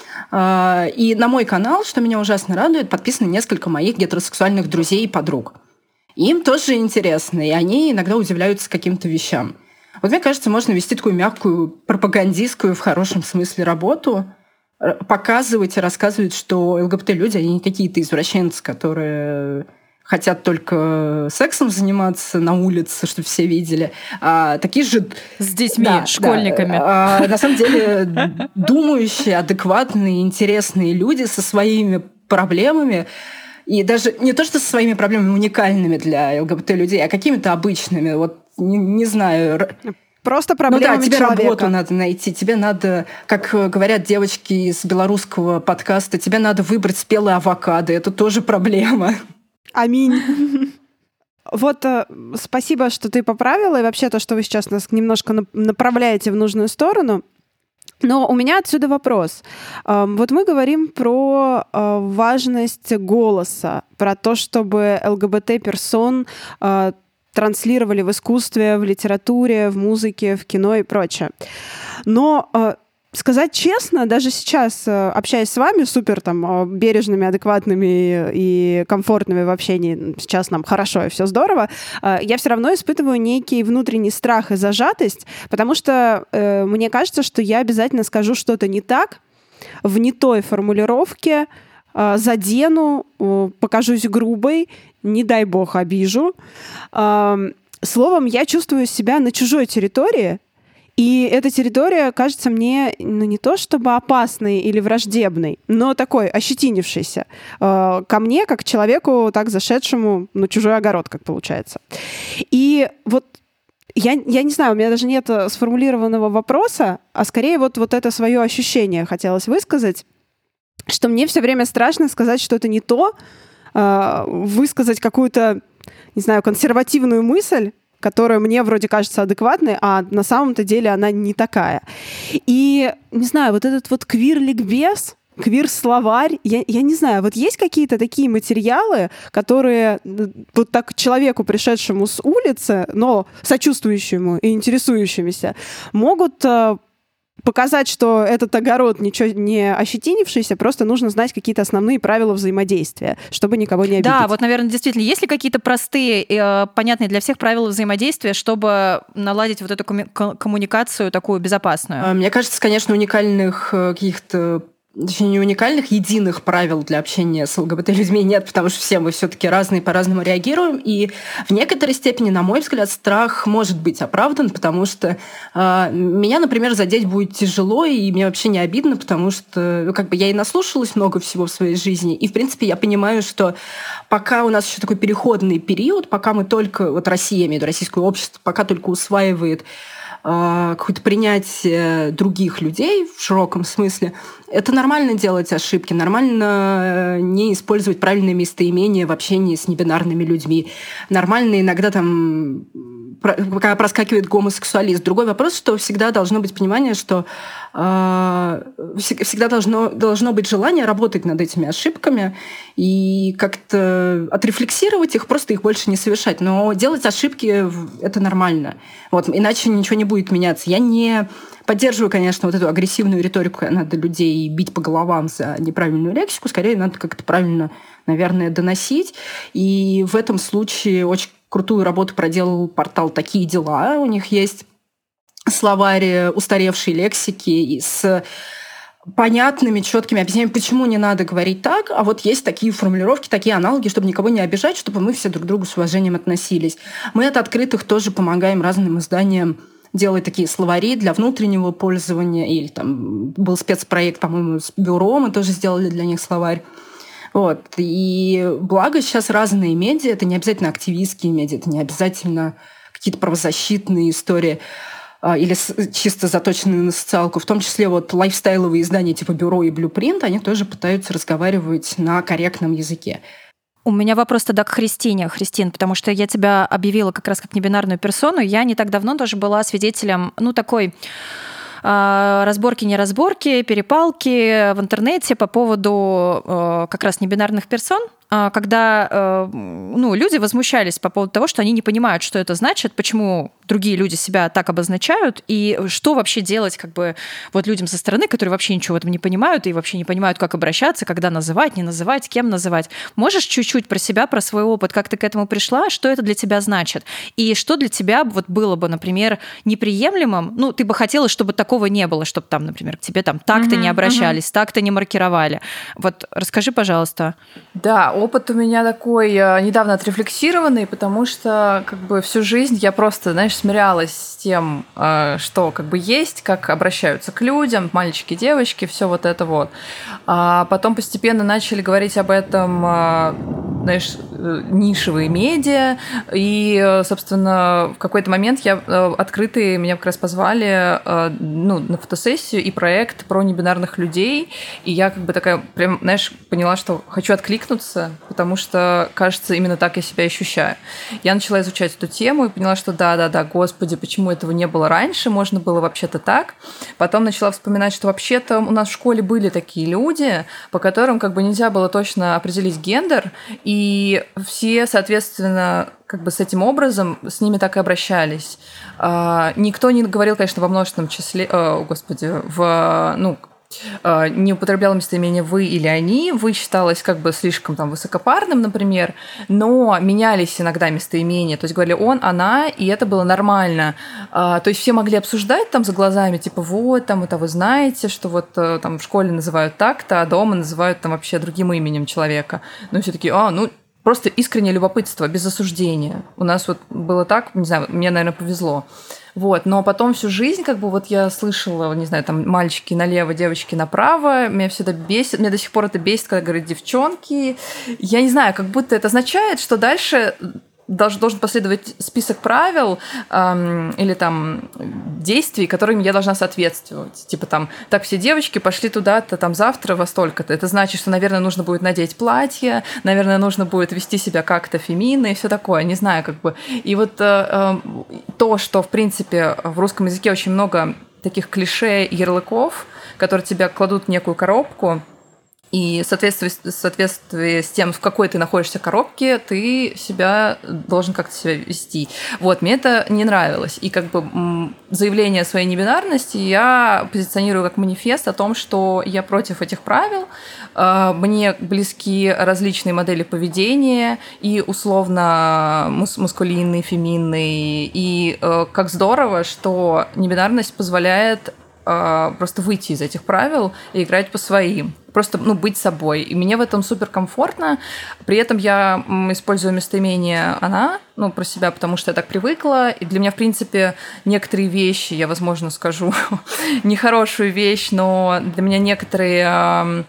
И на мой канал, что меня ужасно радует, подписаны несколько моих гетеросексуальных друзей и подруг. Им тоже интересно, и они иногда удивляются каким-то вещам. Вот мне кажется, можно вести такую мягкую пропагандистскую в хорошем смысле работу, показывать и рассказывать, что ЛГБТ-люди, они не какие-то извращенцы, которые хотят только сексом заниматься на улице, чтобы все видели, а такие же... С детьми, школьниками. Да, на самом деле думающие, адекватные, интересные люди со своими проблемами, и даже не то, что со своими проблемами уникальными для ЛГБТ-людей, а какими-то обычными. Вот не знаю... Просто проблемами тебе человека. Работу надо найти, тебе надо, как говорят девочки из белорусского подкаста, тебе надо выбрать спелые авокадо, это тоже проблема. Аминь. Вот спасибо, что ты поправила, и вообще то, что вы сейчас нас немножко направляете в нужную сторону. Но у меня отсюда вопрос. Вот мы говорим про важность голоса, про то, чтобы ЛГБТ-персон транслировали в искусстве, в литературе, в музыке, в кино и прочее. Но сказать честно, даже сейчас, общаясь с вами, супер там бережными, адекватными и комфортными в общении, сейчас нам хорошо и все здорово, я все равно испытываю некий внутренний страх и зажатость, потому что мне кажется, что я обязательно скажу что-то не так, в не той формулировке, задену, покажусь грубой, не дай бог обижу. Словом, я чувствую себя на чужой территории, и эта территория кажется мне не то чтобы опасной или враждебной, но такой ощетинившейся ко мне, как к человеку, так зашедшему на чужой огород, как получается. И вот я не знаю, у меня даже нет сформулированного вопроса, а скорее вот это свое ощущение хотелось высказать, что мне все время страшно сказать что-то не то, высказать какую-то, не знаю, консервативную мысль, которая мне вроде кажется адекватной, а на самом-то деле она не такая. И, не знаю, вот этот вот квир-ликбез, квир-словарь. Я не знаю, вот есть какие-то такие материалы, которые вот так человеку, пришедшему с улицы, но сочувствующему и интересующемуся, могут показать, что этот огород ничего не ощетинившийся, просто нужно знать какие-то основные правила взаимодействия, чтобы никого не обидеть. Да, вот, наверное, действительно, есть ли какие-то простые, понятные для всех правила взаимодействия, чтобы наладить вот эту коммуникацию такую безопасную? Мне кажется, конечно, уникальных каких-то, точнее, не уникальных, единых правил для общения с ЛГБТ-людьми нет, потому что все мы все-таки разные, по-разному реагируем. И в некоторой степени, на мой взгляд, страх может быть оправдан, потому что меня, например, задеть будет тяжело, и мне вообще не обидно, потому что я и наслушалась много всего в своей жизни. И, в принципе, я понимаю, что пока у нас еще такой переходный период, пока мы только, вот Россия, я имею в виду российское общество, пока только усваивает какое-то принятие других людей в широком смысле, это нормально делать ошибки, нормально не использовать правильные местоимения в общении с небинарными людьми, нормально иногда там проскакивает гомосексуалист. Другой вопрос, что всегда должно быть понимание, что всегда должно быть желание работать над этими ошибками и как-то отрефлексировать их, просто их больше не совершать. Но делать ошибки — это нормально. Вот, иначе ничего не будет меняться. Я не поддерживаю, конечно, вот эту агрессивную риторику, когда надо людей бить по головам за неправильную лексику. Скорее, надо как-то правильно, наверное, доносить. И в этом случае очень крутую работу проделал портал «Такие дела». У них есть словарь устаревшей лексики с понятными, четкими объяснениями, почему не надо говорить так, а вот есть такие формулировки, такие аналоги, чтобы никого не обижать, чтобы мы все друг к другу с уважением относились. Мы от открытых тоже помогаем разным изданиям делать такие словари для внутреннего пользования, или там был спецпроект, по-моему, с бюро, мы тоже сделали для них словарь. Вот. И благо сейчас разные медиа, это не обязательно активистские медиа, это не обязательно какие-то правозащитные истории или чисто заточенные на социалку. В том числе вот лайфстайловые издания типа «Бюро» и «Блюпринт», они тоже пытаются разговаривать на корректном языке. У меня вопрос тогда к Христине. Христин, потому что я тебя объявила как раз как небинарную персону. Я не так давно тоже была свидетелем, такой разборки-неразборки, перепалки в интернете по поводу как раз небинарных персон, когда люди возмущались по поводу того, что они не понимают, что это значит, почему другие люди себя так обозначают, и что вообще делать людям со стороны, которые вообще ничего в этом не понимают и вообще не понимают, как обращаться, когда называть, не называть, кем называть. Можешь чуть-чуть про себя, про свой опыт, как ты к этому пришла, что это для тебя значит? И что для тебя было бы, например, неприемлемым? Ты бы хотела, чтобы такого не было, чтобы там, например, к тебе там так-то не обращались, так-то не маркировали. Вот расскажи, пожалуйста. Да, опыт у меня такой недавно отрефлексированный, потому что всю жизнь я просто, смирялась с тем, что есть, как обращаются к людям, мальчики, девочки, все вот это вот. А потом постепенно начали говорить об этом, нишевые медиа, и, собственно, в какой-то момент открытые меня как раз позвали на фотосессию и проект про небинарных людей, и я такая прям, поняла, что хочу откликнуться, потому что, кажется, именно так я себя ощущаю. Я начала изучать эту тему и поняла, что да, господи, почему этого не было раньше, можно было вообще-то так. Потом начала вспоминать, что вообще-то у нас в школе были такие люди, по которым нельзя было точно определить гендер, и все, соответственно, с этим образом с ними так и обращались. Никто не говорил, конечно, во множественном числе, не употреблял местоимение «вы» или «они». «Вы» считалось слишком высокопарным, например, но менялись иногда местоимения. То есть говорили «он», «она», и это было нормально. То есть все могли обсуждать за глазами, вот, это вы знаете, что в школе называют так-то, а дома называют вообще другим именем человека. Ну, все такие, просто искреннее любопытство, без осуждения. У нас было так, не знаю, мне, наверное, повезло. Но потом всю жизнь, я слышала, не знаю, мальчики налево, девочки направо, меня всегда бесит, мне до сих пор это бесит, когда говорят девчонки. Я не знаю, как будто это означает, что дальше должен последовать список правил или действий, которым я должна соответствовать. Так все девочки пошли туда-то, завтра во столько-то. Это значит, что, наверное, нужно будет надеть платье, наверное, нужно будет вести себя как-то феминно и все такое. Не знаю, И то, что, в принципе, в русском языке очень много таких клише и ярлыков, которые тебя кладут в некую коробку, И в соответствии с тем, в какой ты находишься коробке, ты себя должен как-то себя вести. Вот, мне это не нравилось. И как бы заявление о своей небинарности я позиционирую как манифест о том, что я против этих правил, мне близки различные модели поведения, и условно маскулинные, феминные, и как здорово, что небинарность позволяет просто выйти из этих правил и играть по своим. Просто быть собой. И мне в этом суперкомфортно. При этом я использую местоимение «она», про себя, потому что я так привыкла. И для меня, в принципе, некоторые вещи, я, возможно, скажу нехорошую вещь, но для меня некоторые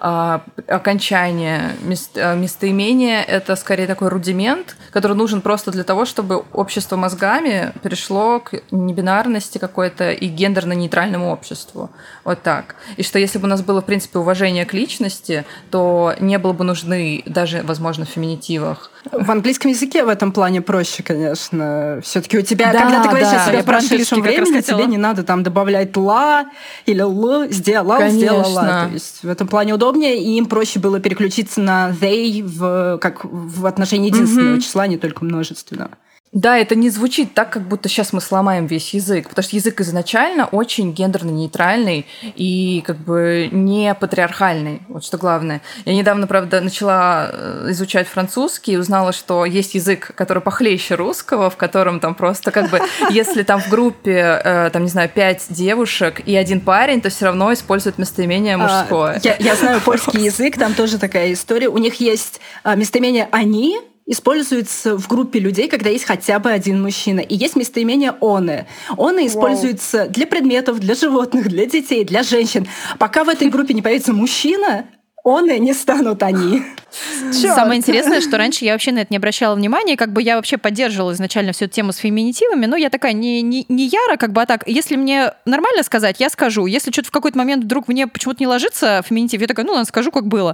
окончание местоимения — это скорее такой рудимент, который нужен просто для того, чтобы общество мозгами перешло к небинарности какой-то и гендерно-нейтральному обществу. Вот так. И что если бы у нас было, в принципе, уважение к личности, то не было бы нужны даже, возможно, в феминитивах. В английском языке в этом плане проще, конечно. Все-таки у тебя, когда ты говоришь о себе в прошедшем времени, тебе не надо там добавлять «ла» или «л», «сделал», «сделала». То есть в этом плане удобнее, и им проще было переключиться на «they» как в отношении единственного числа, не только множественного. Да, это не звучит так, как будто сейчас мы сломаем весь язык, потому что язык изначально очень гендерно-нейтральный и как бы не патриархальный, вот что главное. Я недавно, правда, начала изучать французский и узнала, что есть язык, который похлеще русского, в котором там просто как бы, если там в группе, там, не знаю, 5 девушек и 1 парень, то все равно используют местоимение мужское. Я знаю польский язык, там тоже такая история. У них есть местоимение «они», используется в группе людей, когда есть хотя бы один мужчина. И есть местоимение «оны». «Оны» используются для предметов, для животных, для детей, для женщин. Пока в этой группе не появится мужчина, «оны» не станут «они». Самое интересное, что раньше я вообще на это не обращала внимания, как бы я вообще поддерживала изначально всю эту тему с феминитивами, но я такая не яра, как бы, а так, если мне нормально сказать, я скажу. Если что-то в какой-то момент вдруг мне почему-то не ложится феминитив, я такая, ладно, скажу, как было.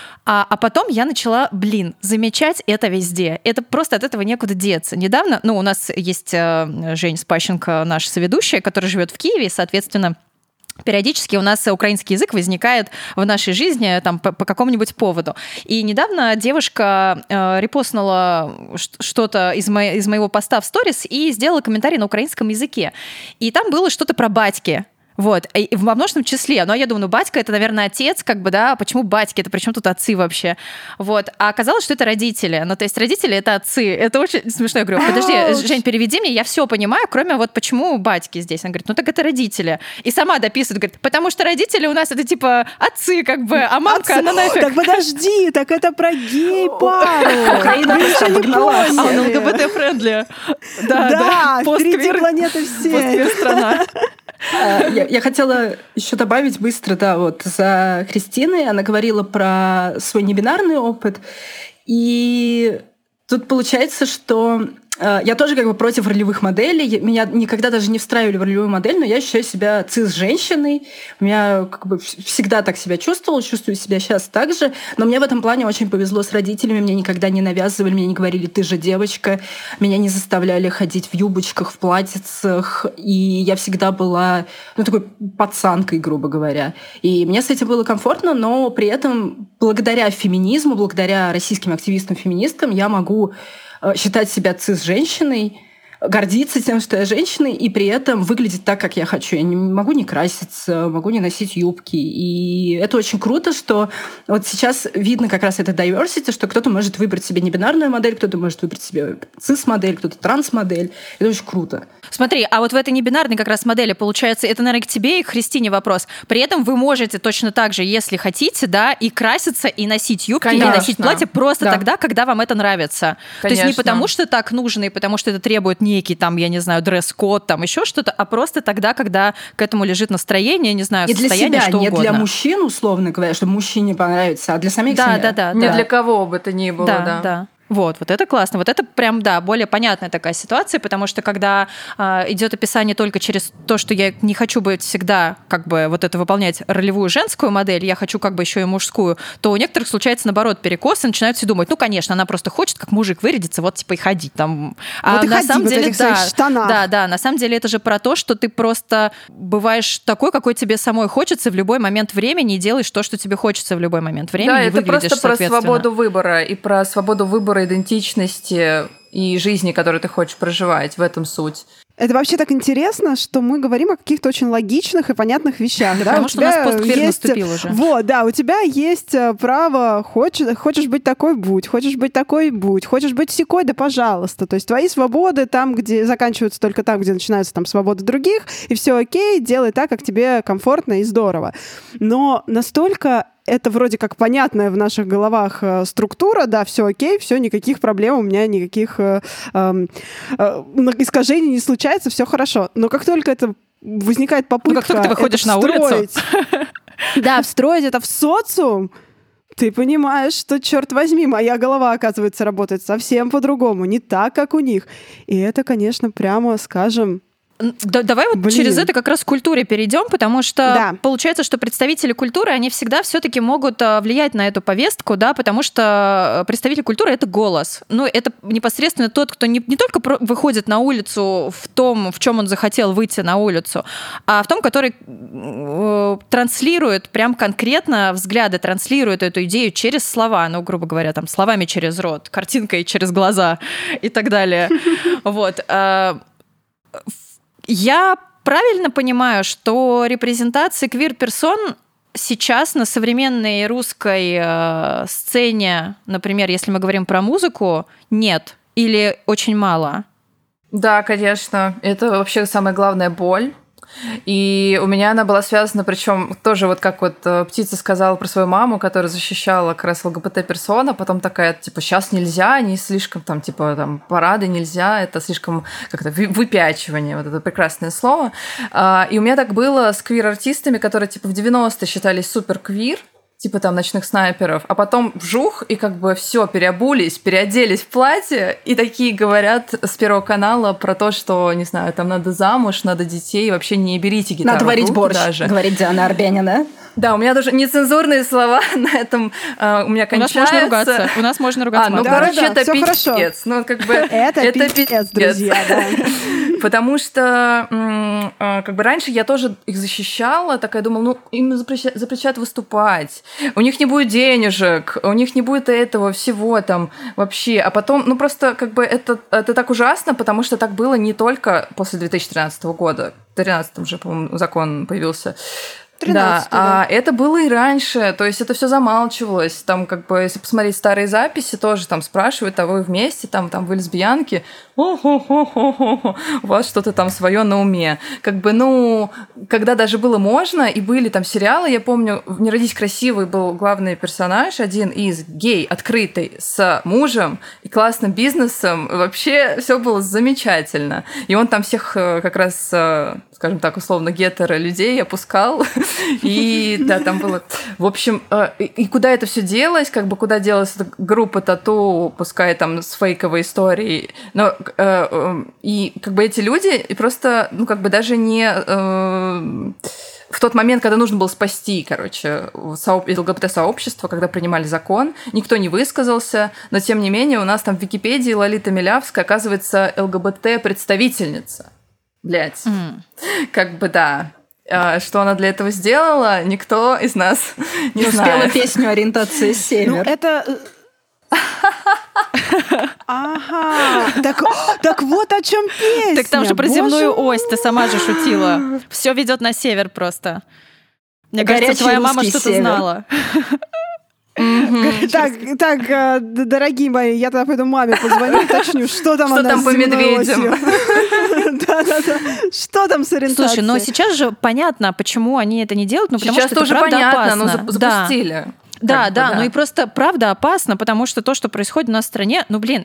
А потом я начала, замечать это везде. Это просто от этого некуда деться. Недавно, у нас есть Жень Спащенко, наша соведущая, которая живет в Киеве, и, соответственно, периодически у нас украинский язык возникает в нашей жизни там, по какому-нибудь поводу. И недавно девушка репостнула что-то из моего поста в сторис и сделала комментарий на украинском языке. И там было что-то про батьки. Вот, и во множественном числе. Но я думаю, батька — это, наверное, отец, как бы, да, почему батьки? Это при чем тут отцы вообще? Вот, а оказалось, что это родители. То есть родители — это отцы. Это очень смешно. Я говорю, подожди, Жень, переведи мне, я все понимаю, кроме вот почему батьки здесь. Она говорит, так это родители. И сама дописывает, говорит, потому что родители у нас это типа отцы, как бы, а мамка, она нафиг. Так подожди, так это про гей-пару. Украина просто обогнала. Она ЛГБТ-френдли. Да, впереди планеты всей. Постквир-страна. Я хотела еще добавить быстро, за Кристиной. Она говорила про свой небинарный опыт. И тут получается, что я тоже как бы против ролевых моделей. Меня никогда даже не встраивали в ролевую модель, но я ощущаю себя цис-женщиной. Я как бы всегда так себя чувствовала, чувствую себя сейчас так же. Но мне в этом плане очень повезло с родителями. Мне никогда не навязывали, мне не говорили «ты же девочка». Меня не заставляли ходить в юбочках, в платьицах. И я всегда была такой пацанкой, грубо говоря. И мне с этим было комфортно, но при этом благодаря феминизму, благодаря российским активистам-феминисткам я могу считать себя цис-женщиной, гордиться тем, что я женщина, и при этом выглядеть так, как я хочу. Я не могу не краситься, могу не носить юбки. И это очень круто, что вот сейчас видно как раз это diversity, что кто-то может выбрать себе небинарную модель, кто-то может выбрать себе цис-модель, кто-то транс-модель. Это очень круто. Смотри, а вот в этой небинарной как раз модели, получается, это, наверное, к тебе и к Христине вопрос. При этом вы можете точно так же, если хотите, да, и краситься, и носить юбки, Конечно. и носить платье просто тогда, когда вам это нравится. Конечно. То есть не потому, что так нужно, и потому, что это требует некий, там, я не знаю, дресс-код, там, еще что-то, а просто тогда, когда к этому лежит настроение, не знаю, состояние, для себя, что не угодно. для мужчин, условно говоря, чтобы мужчине понравится, а для самих да. Не для кого бы то ни было, да. Вот это классно. Вот это прям, да, более понятная такая ситуация, потому что когда идет описание только через то, что я не хочу быть всегда как бы вот это выполнять ролевую женскую модель, я хочу как бы еще и мужскую, то у некоторых случается наоборот перекос, и начинают все думать, ну, конечно, она просто хочет как мужик вырядиться, вот типа и ходить там. Вот и на самом деле, в своих штанах. Да, на самом деле это же про то, что ты просто бываешь такой, какой тебе самой хочется в любой момент времени, и делаешь то, что тебе хочется в любой момент времени, да, и это выглядишь просто про соответственно. свободу выбора и про свободу выбора идентичности и жизни, которую ты хочешь проживать. В этом суть. Это вообще так интересно, что мы говорим о каких-то очень логичных и понятных вещах. Да? Потому что у нас постквир наступил уже. Вот, да, у тебя есть право, хочешь быть такой — будь, хочешь быть такой — будь, хочешь быть сякой — да пожалуйста. То есть твои свободы там, где заканчиваются только там, где начинаются там свободы других, и все окей, делай так, как тебе комфортно и здорово. Но настолько это вроде как понятная в наших головах структура, да, все окей, все, никаких проблем, у меня никаких искажений не случается, все хорошо. Но как только это возникает попытка... как только ты выходишь на улицу. Да, встроить это в социум, ты понимаешь, что, черт возьми, моя голова, оказывается, работает совсем по-другому, не так, как у них. И это, конечно, прямо, скажем... Давай вот через это как раз к культуре перейдем, потому что получается, что представители культуры, они всегда все-таки могут влиять на эту повестку, да, потому что представитель культуры — это голос. Ну, это непосредственно тот, кто не только выходит на улицу в том, в чем он захотел выйти на улицу, а в том, который транслирует прям конкретно взгляды, транслирует эту идею через слова, ну, грубо говоря, там, словами через рот, картинкой через глаза и так далее. Вот. Я правильно понимаю, что репрезентации квир-персон сейчас на современной русской сцене, например, если мы говорим про музыку, нет или очень мало? Да, конечно. Это вообще самая главная боль. И у меня она была связана, причем тоже вот как вот Птица сказала про свою маму, которая защищала как раз ЛГБТ-персона, потом такая, типа, сейчас нельзя, не слишком там, типа, там, парады нельзя, это слишком как-то выпячивание, вот это прекрасное слово. И у меня так было с квир-артистами, которые, типа, в 90-е считались супер-квир, типа там «Ночных снайперов», а потом вжух, и как бы все переобулись, переоделись в платье, и такие говорят с Первого канала про то, что, не знаю, там надо замуж, надо детей, вообще не берите гитару. Надо варить борщ, даже. Говорит Диана Арбенина. Да, у меня даже нецензурные слова на этом у меня кончаются. У нас можно ругаться. У нас можно ругаться. Ну, короче, это пиздец. Ну, как бы... Это пиздец, друзья, да. Потому что как бы раньше я тоже их защищала, такая думала, ну, им запрещают выступать, у них не будет денежек, у них не будет этого всего там вообще. А потом, ну, просто как бы это так ужасно, потому что так было не только после 2013 года. В 2013 уже, по-моему, закон появился. 13, да, это было и раньше, то есть это все замалчивалось. Там, как бы, если посмотреть старые записи, тоже там спрашивают, а вы вместе, там вы лесбиянки, у вас что-то там свое на уме. Как бы, ну, когда даже было можно, и были там сериалы, я помню, в «Не родись красивой» был главный персонаж, один из гей, открытый, с мужем и классным бизнесом, вообще все было замечательно. И он там всех как раз, скажем так, условно, гетеро людей опускал. И да, там было... В общем, и куда это все делось, как бы куда делась эта группа тату, пускай там с фейковой историей. Но и как бы эти люди просто, ну, как бы даже не... В тот момент, когда нужно было спасти, короче, ЛГБТ-сообщество, когда принимали закон, никто не высказался, но тем не менее у нас там в Википедии Лолита Милявская, оказывается, ЛГБТ-представительница. Блять. Как бы да. Что она для этого сделала, никто из нас не знает. Спела песню «Ориентация север». Ну, это... Ага, так вот о чем песня. Так там же про земную ось, ты сама же шутила. Все ведет на север просто. Мне кажется, твоя мама что-то знала. Так, дорогие мои, я тогда пойду маме позвоню, уточню, что там она по медведям. Да-да-да. Что там с ориентацией? Слушай, но сейчас же понятно, почему они это не делают, ну потому сейчас что это тоже правда понятно, опасно. но запустили. Да, ну и просто правда опасно, потому что то, что происходит у нас в стране, ну блин,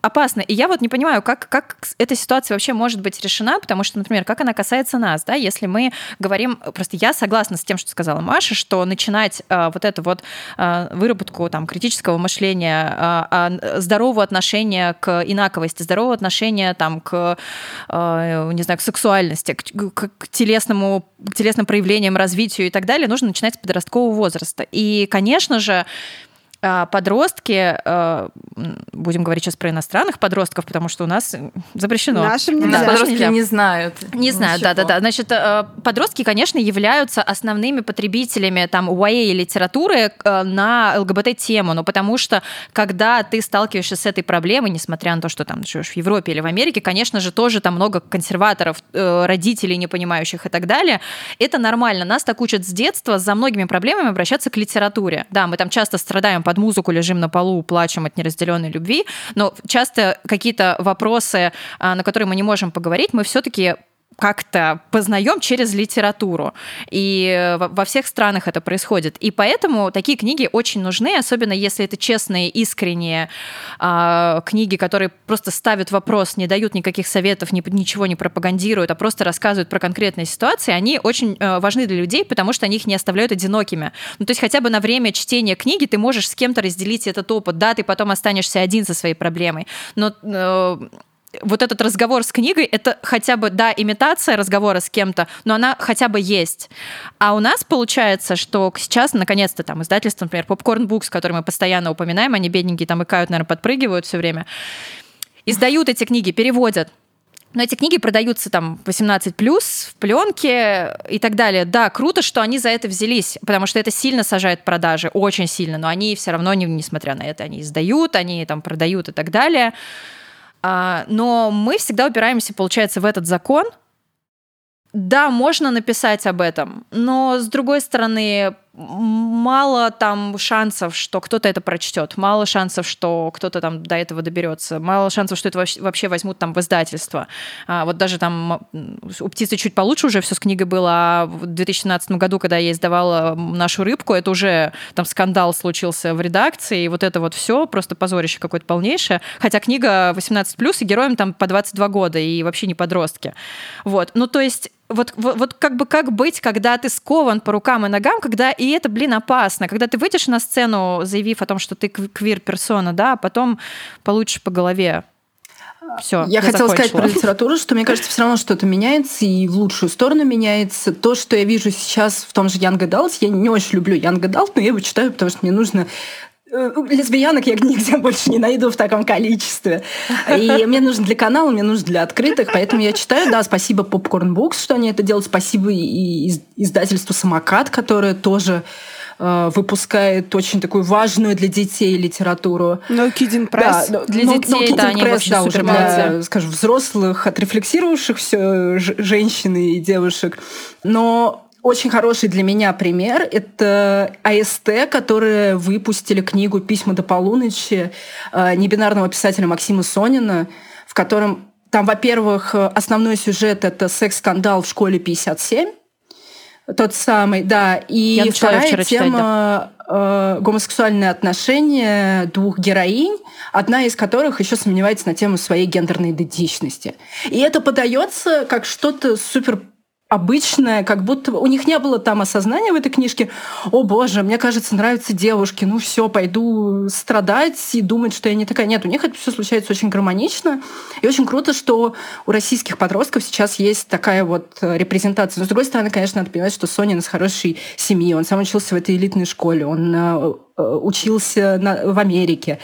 опасно. И я вот не понимаю, как эта ситуация вообще может быть решена, потому что, например, как она касается нас, да, если мы говорим, просто я согласна с тем, что сказала Маша, что начинать вот эту вот выработку там критического мышления, здорового отношения к инаковости, здорового отношения там к, не знаю, к сексуальности, к телесным проявлениям, развитию и так далее, нужно начинать с подросткового возраста. И, конечно же, подростки, будем говорить сейчас про иностранных подростков, потому что у нас запрещено. Нашим нельзя. Да, подростки не знают. Не знаю, да. Значит, подростки, конечно, являются основными потребителями там YA литературы на ЛГБТ-тему, но потому что, когда ты сталкиваешься с этой проблемой, несмотря на то, что там живешь в Европе или в Америке, конечно же, тоже там много консерваторов, родителей, не понимающих и так далее. Это нормально. Нас так учат с детства за многими проблемами обращаться к литературе. Да, мы там часто страдаем под музыку, лежим на полу, плачем от неразделенной любви, но часто какие-то вопросы, на которые мы не можем поговорить, мы все-таки как-то познаем через литературу. И во всех странах это происходит. И поэтому такие книги очень нужны, особенно если это честные, искренние книги, которые просто ставят вопрос, не дают никаких советов, ничего не пропагандируют, а просто рассказывают про конкретные ситуации. Они очень важны для людей, потому что они их не оставляют одинокими. Ну, то есть хотя бы на время чтения книги ты можешь с кем-то разделить этот опыт. Да, ты потом останешься один со своей проблемой. Но вот этот разговор с книгой, это хотя бы, да, имитация разговора с кем-то, но она хотя бы есть. А у нас получается, что сейчас, наконец-то, там, издательство, например, Popcorn Books, которые мы постоянно упоминаем, они бедненькие там икают, наверное, подпрыгивают все время, издают эти книги, переводят. Но эти книги продаются там 18+, в пленке и так далее. Да, круто, что они за это взялись, потому что это сильно сажает продажи, очень сильно, но они все равно, несмотря на это, они издают, они там продают и так далее. Но мы всегда упираемся, получается, в этот закон. Да, можно написать об этом, но, с другой стороны, мало там шансов, что кто-то это прочтет, мало шансов, что кто-то там до этого доберется, мало шансов, что это вообще возьмут там в издательство. Вот даже там у «Птицы» чуть получше уже все с книгой было, а в 2017 году, когда я издавала «Нашу рыбку», это уже там скандал случился в редакции, и вот это вот все просто позорище какое-то полнейшее, хотя книга 18+, и героям там по 22 года, и вообще не подростки. Вот, ну то есть вот как быть, когда ты скован по рукам и ногам, когда и это, опасно, когда ты выйдешь на сцену, заявив о том, что ты квир-персона, да, а потом получишь по голове. Всё, я хотела закончила. сказать про литературу, что мне кажется, все равно что-то меняется, и в лучшую сторону меняется. То, что я вижу сейчас в том же Young Adult, я не очень люблю Young Adult, но я его читаю, потому что мне нужно... Лесбиянок я нигде больше не найду в таком количестве. И мне нужно для канала, мне нужно для открытых, поэтому я читаю. Да, спасибо Popcorn Books, что они это делают. Спасибо и издательству «Самокат», которое тоже выпускает очень такую важную для детей литературу. No Kidding Press. Да, для детей, да, они вообще уже для, скажем, взрослых, отрефлексировавших все женщин и девушек. Но очень хороший для меня пример — это АСТ, которые выпустили книгу «Письма до полуночи» небинарного писателя Максима Сонина, в котором там, во-первых, основной сюжет — это секс-скандал в школе 57, тот самый, да, и вторая тема — гомосексуальные отношения двух героинь, одна из которых еще сомневается на тему своей гендерной идентичности. И это подается как что-то супер обычное, как будто у них не было там осознания в этой книжке: «О боже, мне кажется, нравятся девушки, ну все, пойду страдать и думать, что я не такая». Нет, у них это все случается очень гармонично. И очень круто, что у российских подростков сейчас есть такая вот репрезентация. Но, с другой стороны, конечно, надо понимать, что Сонин из хорошей семьи. Он сам учился в этой элитной школе, он учился в Америке.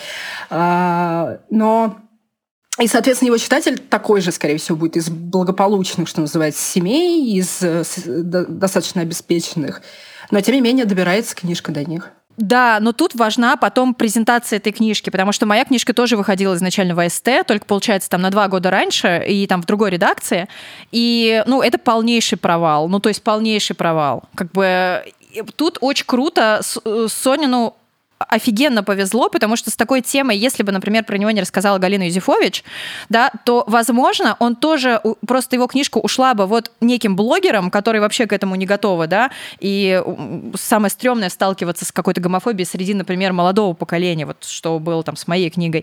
Но... И, соответственно, его читатель такой же, скорее всего, будет из благополучных, что называется, семей, из достаточно обеспеченных. Но, тем не менее, добирается книжка до них. Да, но тут важна потом презентация этой книжки, потому что моя книжка тоже выходила изначально в АСТ, только, получается, там на 2 года раньше, и там в другой редакции. И, это полнейший провал. То есть полнейший провал. Как бы тут очень круто Сонину офигенно повезло, потому что с такой темой, если бы, например, про него не рассказала Галина Юзефович, да, то, возможно, он тоже, просто его книжка ушла бы вот неким блогерам, которые вообще к этому не готовы, да, и самое стрёмное сталкиваться с какой-то гомофобией среди, например, молодого поколения, вот что было там с моей книгой.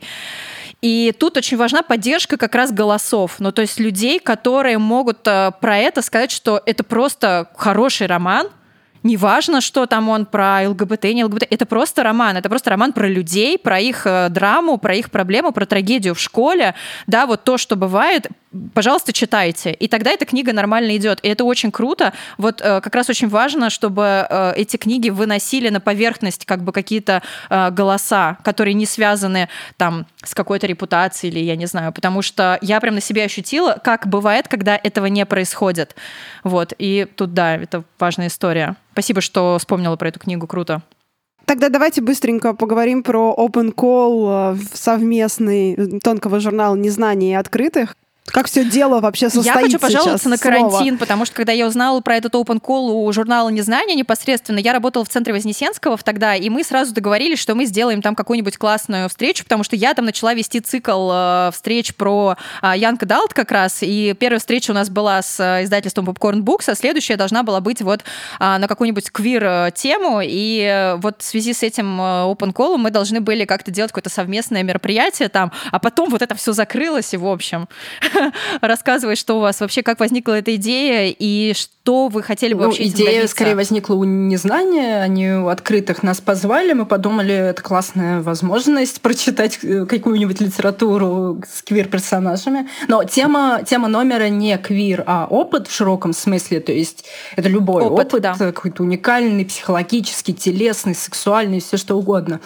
И тут очень важна поддержка как раз голосов, ну, то есть людей, которые могут про это сказать, что это просто хороший роман. Неважно, что там он про ЛГБТ, не ЛГБТ. Это просто роман про людей, про их драму, про их проблему, про трагедию в школе. Да, вот то, что бывает, пожалуйста, читайте. И тогда эта книга нормально идет. И это очень круто. Вот как раз очень важно, чтобы эти книги выносили на поверхность как бы какие-то голоса, которые не связаны там с какой-то репутацией или я не знаю. Потому что я прям на себе ощутила, как бывает, когда этого не происходит. Вот. И тут, да, это важная история. Спасибо, что вспомнила про эту книгу. Круто. Тогда давайте быстренько поговорим про Open Call совместный тонкого журнала «Незнание и открытых». Как все дело вообще состоит сейчас? Я хочу пожаловаться на карантин, потому что когда я узнала про этот open call у журнала «Незнание» непосредственно, я работала в центре Вознесенского тогда, и мы сразу договорились, что мы сделаем там какую-нибудь классную встречу, потому что я там начала вести цикл встреч про Young Adult как раз, и первая встреча у нас была с издательством Popcorn Books, а следующая должна была быть вот на какую-нибудь квир-тему, и вот в связи с этим open call мы должны были как-то делать какое-то совместное мероприятие там, а потом вот это все закрылось, и в общем... Рассказывай, что у вас вообще, как возникла эта идея и что вы хотели бы вообще этим добиться? Идея скорее возникла у «Незнания», а не у «Открытых». Нас позвали, мы подумали, это классная возможность прочитать какую-нибудь литературу с квир-персонажами. Но тема номера не квир, а опыт в широком смысле, то есть это любой опыт да. Какой-то уникальный, психологический, телесный, сексуальный, все что угодно.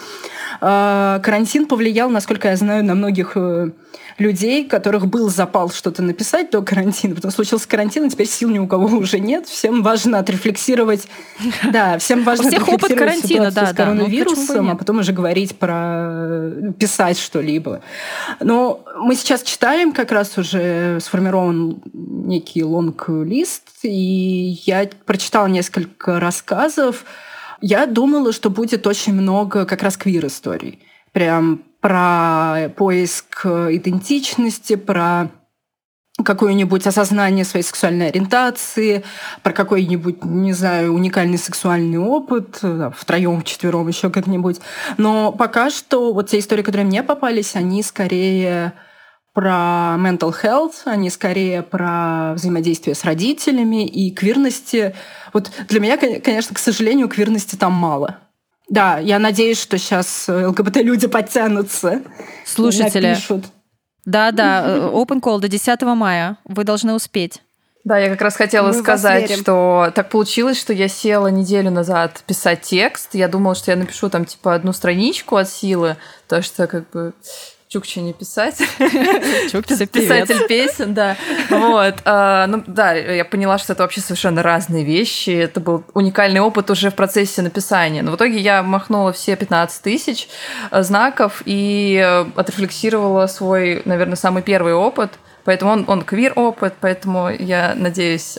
Карантин повлиял, насколько я знаю, на многих людей, у которых был запал что-то написать до карантина, потом случился карантин, и теперь сил ни у кого уже нет. Всем важно отрефлексировать. Да, всем важно отрефлексировать ситуацию с коронавирусом, а потом уже говорить про писать что-либо. Но мы сейчас читаем, как раз уже сформирован некий лонг-лист, и я прочитала несколько рассказов. Я думала, что будет очень много как раз квир-историй. Прям про поиск идентичности, про какое-нибудь осознание своей сексуальной ориентации, про какой-нибудь, не знаю, уникальный сексуальный опыт, втроём, вчетвером, еще как-нибудь. Но пока что вот те истории, которые мне попались, они скорее про mental health, они скорее про взаимодействие с родителями и квирности. Вот для меня, конечно, к сожалению, квирности там мало. Да, я надеюсь, что сейчас ЛГБТ-люди подтянутся. Слушатели. Напишут. Да, open call до 10 мая. Вы должны успеть. Да, я как раз хотела сказать, что так получилось, что я села неделю назад писать текст. Я думала, что я напишу там типа одну страничку от силы, потому что как бы... Чукча не писатель. Чукча, писатель песен, да. Вот. Ну да, я поняла, что это вообще совершенно разные вещи. Это был уникальный опыт уже в процессе написания. Но в итоге я махнула все 15 тысяч знаков и отрефлексировала свой, наверное, самый первый опыт. Поэтому он квир-опыт, поэтому я надеюсь...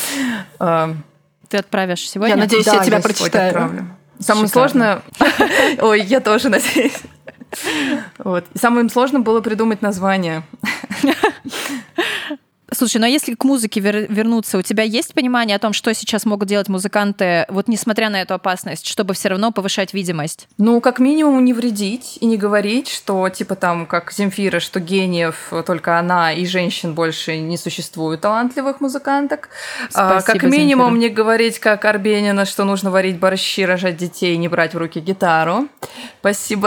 Ты отправишь сегодня? Я надеюсь, я тебя прочитаю. Самое сложное... Ой, я тоже надеюсь. Вот. И самым сложным было придумать название. Слушай, ну а если к музыке вернуться, у тебя есть понимание о том, что сейчас могут делать музыканты, вот несмотря на эту опасность, чтобы все равно повышать видимость? Ну, как минимум, не вредить и не говорить, что типа там, как Земфира, что гениев только она и женщин больше не существует талантливых музыканток. Спасибо, как минимум, Земфира. не говорить, как Арбенина, что нужно варить борщи, рожать детей и не брать в руки гитару. Спасибо.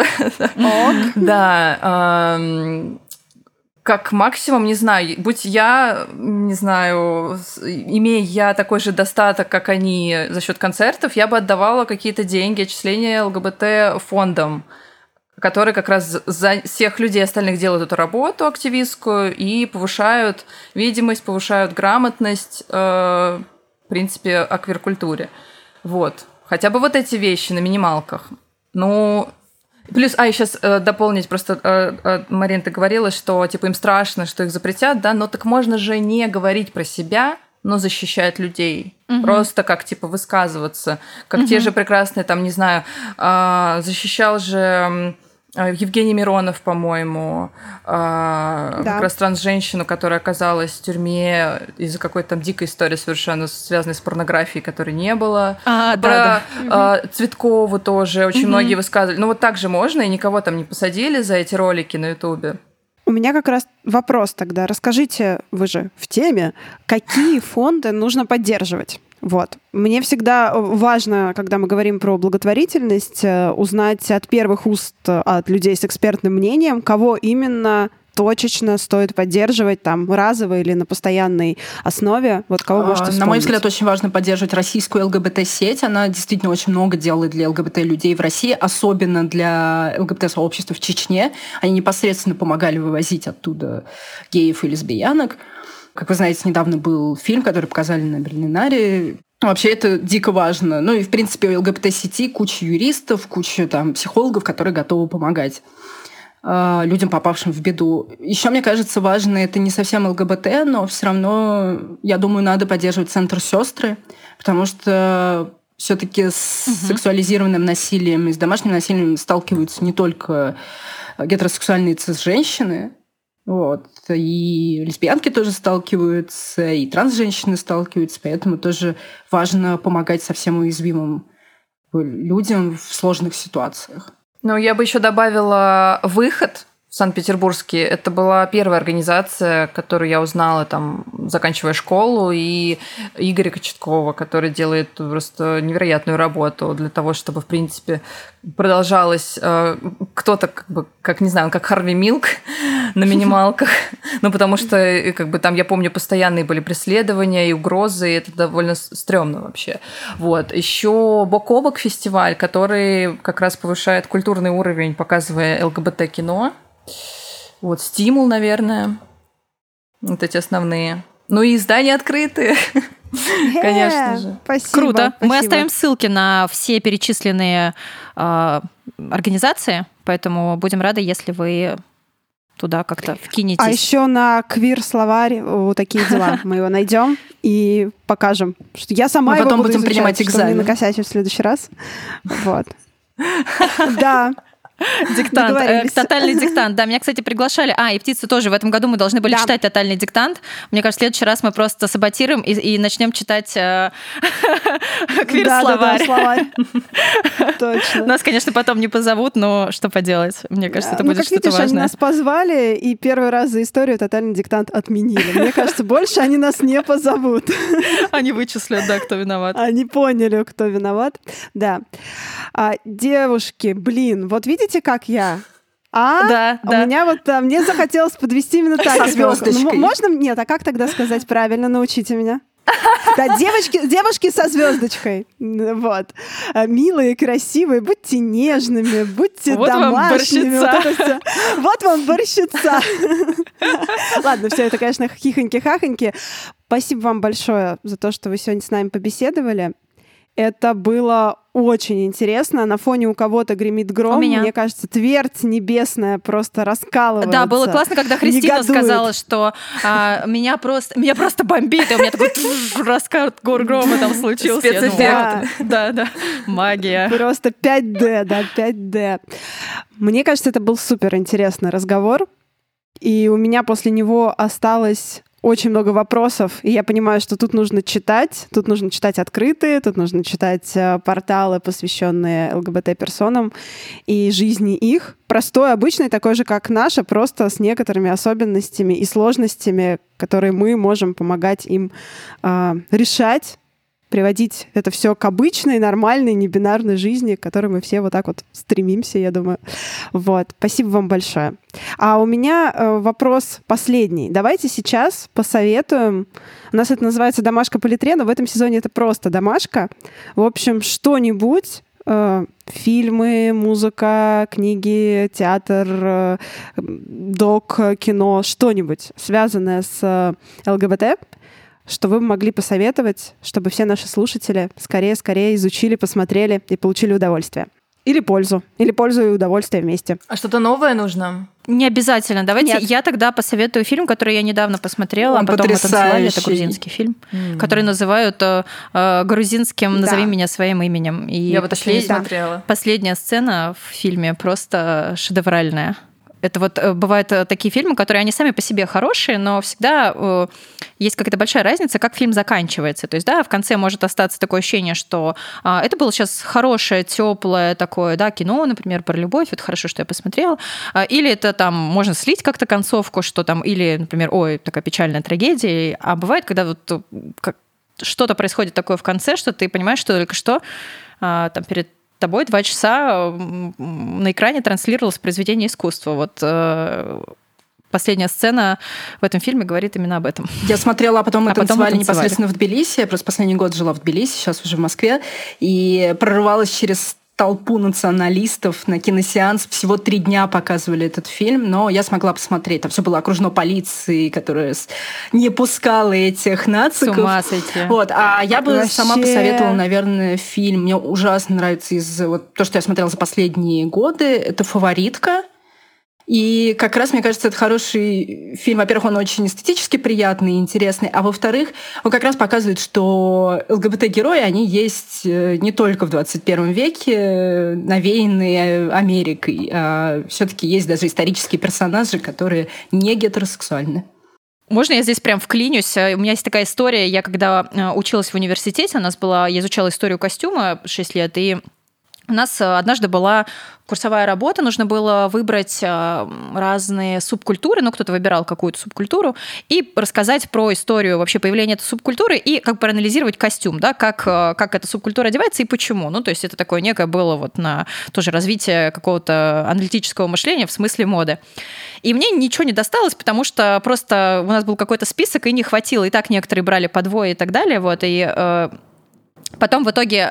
Да. Как максимум, не знаю, будь я, не знаю, имея я такой же достаток, как они за счет концертов, я бы отдавала какие-то деньги, отчисления ЛГБТ фондам, которые как раз за всех людей остальных делают эту работу активистскую и повышают видимость, повышают грамотность, в принципе, о квир-культуре. Вот. Хотя бы вот эти вещи на минималках. Ну... Плюс, и сейчас дополнить, просто Марин, ты говорила, что типа им страшно, что их запретят, да, но так можно же не говорить про себя, но защищать людей. Просто как, типа, высказываться. Как те же прекрасные, там, не знаю, защищал же Евгений Миронов, по-моему, как раз транс-женщину, которая оказалась в тюрьме из-за какой-то там дикой истории, совершенно связанной с порнографией, которой не было. Цветкову тоже очень многие высказывали. Ну вот так же можно, и никого там не посадили за эти ролики на Ютубе. У меня как раз вопрос тогда. Расскажите, вы же в теме, какие фонды нужно поддерживать? Вот. Мне всегда важно, когда мы говорим про благотворительность, узнать от первых уст от людей с экспертным мнением, кого именно точечно стоит поддерживать там разово или на постоянной основе. Вот кого можете вспомнить? На мой взгляд, очень важно поддерживать российскую ЛГБТ-сеть. Она действительно очень много делает для ЛГБТ-людей в России, особенно для ЛГБТ-сообщества в Чечне. Они непосредственно помогали вывозить оттуда геев и лесбиянок. Как вы знаете, недавно был фильм, который показали на Берлинаре. Вообще это дико важно. Ну и, в принципе, у ЛГБТ-сети куча юристов, куча там психологов, которые готовы помогать людям, попавшим в беду. Еще, мне кажется, важно, это не совсем ЛГБТ, но все равно, я думаю, надо поддерживать центр «Сестры», потому что все-таки с сексуализированным насилием и с домашним насилием сталкиваются не только гетеросексуальные цис-женщины, вот, и лесбиянки тоже сталкиваются, и транс-женщины сталкиваются, поэтому тоже важно помогать совсем уязвимым людям в сложных ситуациях. Ну, я бы еще добавила «Выход» в Санкт-Петербургске. Это была первая организация, которую я узнала, там, заканчивая школу, и Игоря Кочеткова, который делает просто невероятную работу для того, чтобы, в принципе, продолжалось кто-то, как не знаю, как Харви Милк на минималках. Ну, потому что, там, я помню, постоянные были преследования и угрозы, и это довольно стрёмно вообще. Вот. Еще «Бок о бок» фестиваль, который как раз повышает культурный уровень, показывая ЛГБТ-кино. Вот, «Стимул», наверное. Вот эти основные. Ну и издания открытые. Конечно же. Спасибо. Круто. Спасибо. Мы оставим ссылки на все перечисленные организации, поэтому будем рады, если вы туда как-то вкинетесь. А еще на квир-словарь вот такие дела. Мы его найдем и покажем. Что я сама мы его потом буду будем изучать, принимать экзамен. Чтобы не накосячить в следующий раз. Вот. Да. Диктант, тотальный диктант. Да, меня, кстати, приглашали. И «Птицы» тоже. В этом году мы должны были читать тотальный диктант. Мне кажется, в следующий раз мы просто саботируем и начнем читать квир-словарь. Да, словарь. Точно. Нас, конечно, потом не позовут, но что поделать? Мне кажется, это будет что-то важное. Они нас позвали, и первый раз за историю тотальный диктант отменили. Мне кажется, больше они нас не позовут. Они вычислят, да, кто виноват. Они поняли, кто виноват. Да. Девушки, вот видите, как я? Да. У меня мне захотелось подвести именно так. Со звездочкой. Можно? Нет, а как тогда сказать правильно? Научите меня. Да, девушки со звездочкой. Вот. Милые, красивые, будьте нежными, будьте домашними. Вот вам борщица. Ладно, все это, конечно, хихоньки-хахоньки. Спасибо вам большое за то, что вы сегодня с нами побеседовали. Это было очень интересно. На фоне у кого-то гремит гром. Мне кажется, твердь небесная просто раскалывается. Да, было классно, когда Христина сказала, что меня просто бомбит. И у меня такой раскат грома там случился. Спецэффект. Да. Магия. Просто 5D, да, 5D. Мне кажется, это был супер интересный разговор. И у меня после него осталось очень много вопросов, и я понимаю, что тут нужно читать открытые, тут нужно читать порталы, посвященные ЛГБТ-персонам и жизни их. Простой, обычный, такой же, как наша, просто с некоторыми особенностями и сложностями, которые мы можем помогать им решать, приводить это все к обычной, нормальной, небинарной жизни, к которой мы все вот так вот стремимся, я думаю. Вот. Спасибо вам большое. А у меня вопрос последний. Давайте сейчас посоветуем. У нас это называется «Домашка по литре», но в этом сезоне это просто «Домашка». В общем, что-нибудь, фильмы, музыка, книги, театр, док, кино, что-нибудь, связанное с ЛГБТ, что вы могли посоветовать, чтобы все наши слушатели скорее изучили, посмотрели и получили удовольствие. Или пользу. Или пользу и удовольствие вместе. А что-то новое нужно? Не обязательно. Давайте я тогда посоветую фильм, который я недавно посмотрела, а потом мы танцевали. Это грузинский фильм, который называют грузинским «Назови меня своим именем». И я вот это не смотрела. Последняя сцена в фильме просто шедевральная. Это вот бывают такие фильмы, которые они сами по себе хорошие, но всегда есть какая-то большая разница, как фильм заканчивается. То есть, да, в конце может остаться такое ощущение, что это было сейчас хорошее, теплое такое, да, кино, например, про любовь, это хорошо, что я посмотрела. Или это там можно слить как-то концовку, что там, или, например, ой, такая печальная трагедия. А бывает, когда вот что-то происходит такое в конце, что ты понимаешь, что только что там перед тобой 2 часа на экране транслировалось произведение искусства. Вот последняя сцена в этом фильме говорит именно об этом. Я смотрела, а потом мы танцевали непосредственно в Тбилиси. Я просто последний год жила в Тбилиси, сейчас уже в Москве. И прорывалась через толпу националистов на киносеанс. Всего 3 дня показывали этот фильм, но я смогла посмотреть. Там все было окружено полицией, которая не пускала этих нациков. С ума сойти. Вот. А я бы сама посоветовала, наверное, фильм. Мне ужасно нравится из то, что я смотрела за последние годы. Это «Фаворитка». И как раз, мне кажется, это хороший фильм. Во-первых, он очень эстетически приятный и интересный, а во-вторых, он как раз показывает, что ЛГБТ-герои, они есть не только в 21 веке, навеянные Америкой, а все-таки есть даже исторические персонажи, которые не гетеросексуальны. Можно я здесь прям вклинюсь? У меня есть такая история. Я когда училась в университете, я изучала историю костюма 6 лет, и у нас однажды была курсовая работа, нужно было выбрать разные субкультуры, кто-то выбирал какую-то субкультуру, и рассказать про историю вообще появления этой субкультуры и как проанализировать костюм, да, как эта субкультура одевается и почему. То есть это такое некое было вот на тоже развитие какого-то аналитического мышления в смысле моды. И мне ничего не досталось, потому что просто у нас был какой-то список, и не хватило. И так некоторые брали по 2 и так далее. Вот, и потом в итоге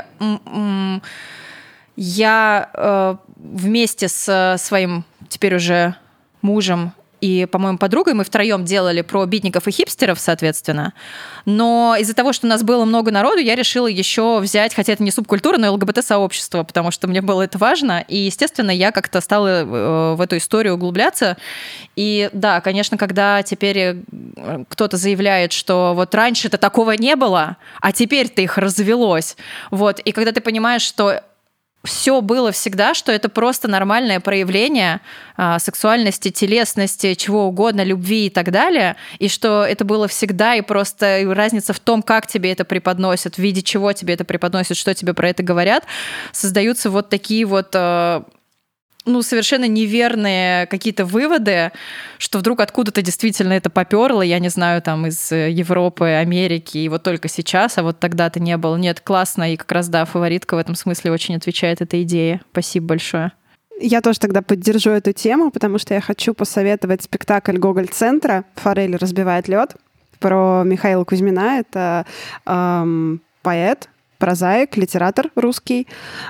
я вместе с своим теперь уже мужем и, по-моему, подругой мы втроем делали про битников и хипстеров, соответственно. Но из-за того, что у нас было много народу, я решила еще взять, хотя это не субкультура, но ЛГБТ-сообщество, потому что мне было это важно. И, естественно, я как-то стала в эту историю углубляться. И да, конечно, когда теперь кто-то заявляет, что вот раньше-то такого не было, а теперь-то их развелось. Вот. И когда ты понимаешь, что все было всегда, что это просто нормальное проявление сексуальности, телесности, чего угодно, любви и так далее, и что это было всегда, и просто разница в том, как тебе это преподносят, в виде чего тебе это преподносят, что тебе про это говорят, создаются вот такие вот совершенно неверные какие-то выводы, что вдруг откуда-то действительно это попёрло, я не знаю, там из Европы, Америки, и вот только сейчас, а вот тогда-то не было. Нет, классно, и как раз, да, «Фаворитка» в этом смысле очень отвечает этой идее. Спасибо большое. Я тоже тогда поддержу эту тему, потому что я хочу посоветовать спектакль Гоголь-центра «Форель разбивает лед» про Михаила Кузьмина. Это поэт, прозаик, литератор русский.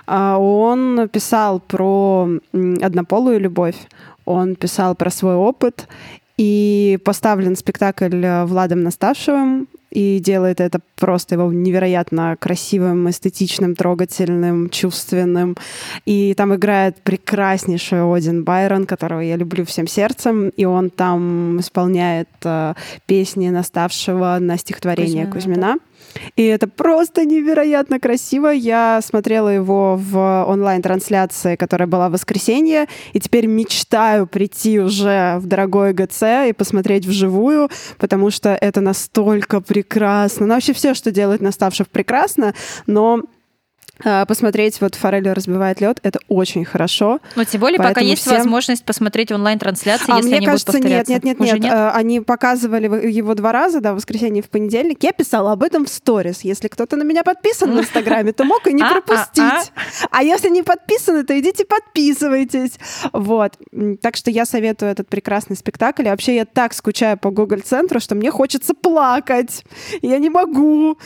Он писал про однополую любовь, он писал про свой опыт, и поставлен спектакль Владом Наставшевым, и делает это просто его невероятно красивым, эстетичным, трогательным, чувственным. И там играет прекраснейший Один Байрон, которого я люблю всем сердцем, и он там исполняет песни Наставшего на стихотворение Кузьмина. И это просто невероятно красиво. Я смотрела его в онлайн-трансляции, которая была в воскресенье, и теперь мечтаю прийти уже в дорогой ГЦ и посмотреть вживую, потому что это настолько прекрасно. Вообще все, что делает Наставшев, прекрасно, но посмотреть вот «Форель разбивает лед» — это очень хорошо. Но тем более, пока есть возможность посмотреть онлайн-трансляции, если мне они кажется, будут повторяться. Нет. Они показывали его 2 раза, в воскресенье и в понедельник. Я писала об этом в сторис. Если кто-то на меня подписан в Инстаграме, то мог и не пропустить. А если не подписаны, то идите подписывайтесь. Вот. Так что я советую этот прекрасный спектакль. И вообще я так скучаю по Гоголь-центру, что мне хочется плакать. Я не могу.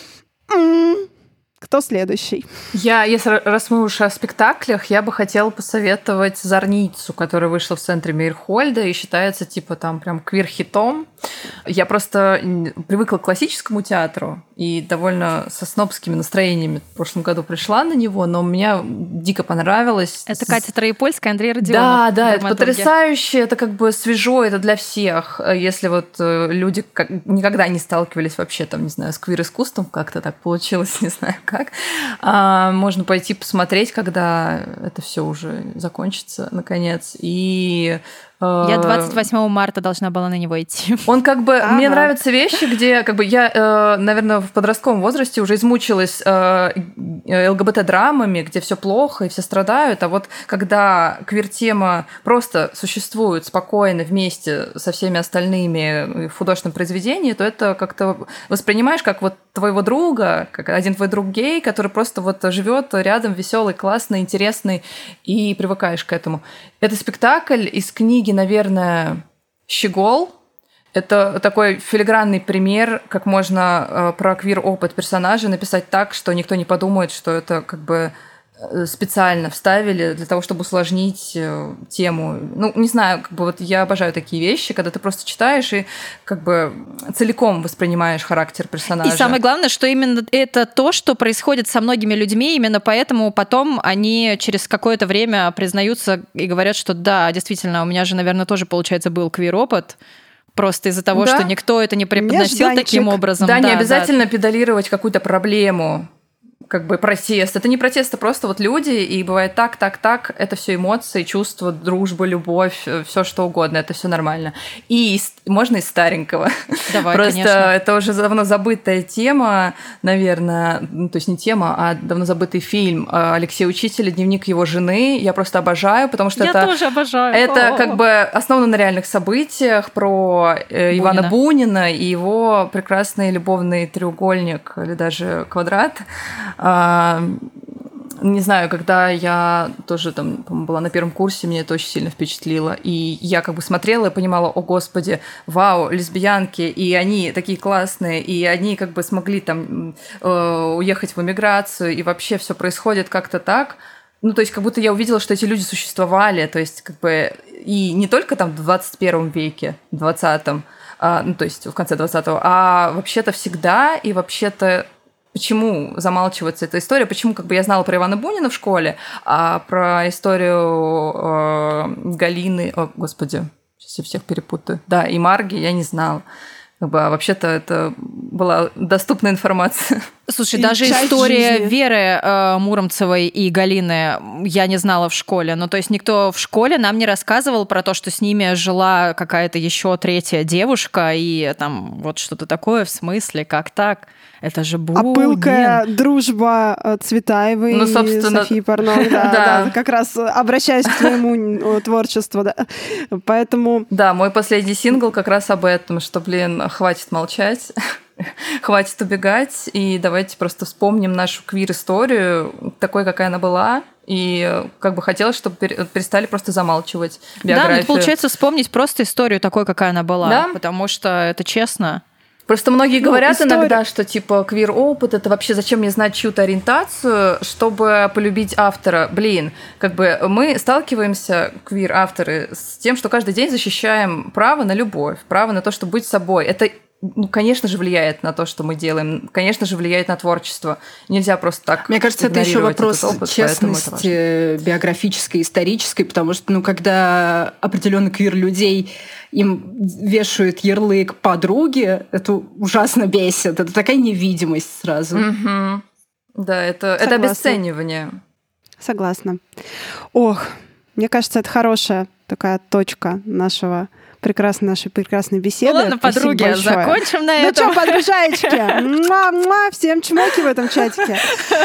Кто следующий? Раз мы уж о спектаклях, я бы хотела посоветовать «Зорницу», которая вышла в центре Мейрхольда и считается типа там прям квир-хитом. Я просто привыкла к классическому театру и довольно со снобскими настроениями в прошлом году пришла на него, но мне дико понравилось. Это Катя Троепольская, Андрей Родионов. Да, это потрясающе, это как бы свежо, это для всех. Если вот люди никогда не сталкивались вообще, там, не знаю, с квир-искусством, как-то так получилось, не знаю как, можно пойти посмотреть, когда это все уже закончится, наконец. И я 28 марта должна была на него идти. Он как бы... Мне нравятся вещи, где как бы я, наверное, в подростковом возрасте уже измучилась ЛГБТ-драмами, где все плохо и все страдают, а вот когда квир-тема просто существует спокойно вместе со всеми остальными в художественном произведении, то это как-то воспринимаешь как вот твоего друга, как один твой друг гей, который просто вот живет рядом, веселый, классный, интересный, и привыкаешь к этому. Это спектакль из книги, наверное, «Щегол». Это такой филигранный пример, как можно про квир-опыт персонажа написать так, что никто не подумает, что это как бы специально вставили для того, чтобы усложнить тему. Ну, не знаю, как бы вот я обожаю такие вещи, когда ты просто читаешь и как бы целиком воспринимаешь характер персонажа. И самое главное, что именно это то, что происходит со многими людьми, именно поэтому потом они через какое-то время признаются и говорят, что да, действительно, у меня же, наверное, тоже, получается, был квир-опыт, просто из-за того, что никто это не преподносил таким образом. Да, не обязательно педалировать какую-то проблему, как бы протест. Это не протест, это просто вот люди, и бывает так. Это все эмоции, чувства, дружба, любовь, все что угодно, это все нормально. И можно из старенького. Давай, просто конечно. Это уже давно забытая тема, наверное, то есть не тема, а давно забытый фильм Алексея Учителя «Дневник его жены». Я просто обожаю, потому что я тоже обожаю. Это как бы основано на реальных событиях про Ивана Бунина и его прекрасный любовный треугольник или даже квадрат. Не знаю, когда я тоже там, по-моему, была на первом курсе, меня это очень сильно впечатлило. И я как бы смотрела и понимала, о господи, вау, лесбиянки, и они такие классные, и они как бы смогли там уехать в эмиграцию, и вообще все происходит как-то так. Ну, то есть как будто я увидела, что эти люди существовали, то есть как бы и не только там в 21 веке, в 20-м, ну, то есть в конце 20-го, а вообще-то всегда, и вообще-то почему замалчивается эта история? Почему как бы я знала про Ивана Бунина в школе, а про историю Галины... О, господи, сейчас я всех перепутаю. Да, и Марги я не знала. Как бы, а вообще-то это была доступная информация. Слушай, даже история Веры Муромцевой и Галины я не знала в школе. Ну, то есть никто в школе нам не рассказывал про то, что с ними жила какая-то еще третья девушка, и там вот что-то такое, в смысле, как так? Это же Бунин. А пылкая дружба Цветаевой и Софии Парнок. Да, как раз обращаясь к твоему творчеству. Да. Поэтому... Да, мой последний сингл как раз об этом, что, блин, хватит молчать, хватит убегать, и давайте просто вспомним нашу квир-историю такой, какая она была, и как бы хотелось, чтобы перестали просто замалчивать биографию. Да, получается вспомнить просто историю такой, какая она была, да? Потому что это честно. Просто многие говорят иногда, что типа квир-опыт — это вообще зачем мне знать чью-то ориентацию, чтобы полюбить автора. Блин, как бы мы сталкиваемся, квир-авторы, с тем, что каждый день защищаем право на любовь, право на то, чтобы быть собой. Это, ну, конечно же, влияет на то, что мы делаем, конечно же, влияет на творчество. Нельзя просто так. Мне кажется, это еще вопрос честности биографической, исторической, потому что, ну, когда определенный квир людей им вешают ярлык подруги, это ужасно бесит. Это такая невидимость сразу. Mm-hmm. Да, это обесценивание. Согласна. Ох, мне кажется, это хорошая такая точка нашей прекрасной беседы. Ну ладно, подруги, закончим на этом. Ну что, подружаечки, всем чмоки в этом чатике.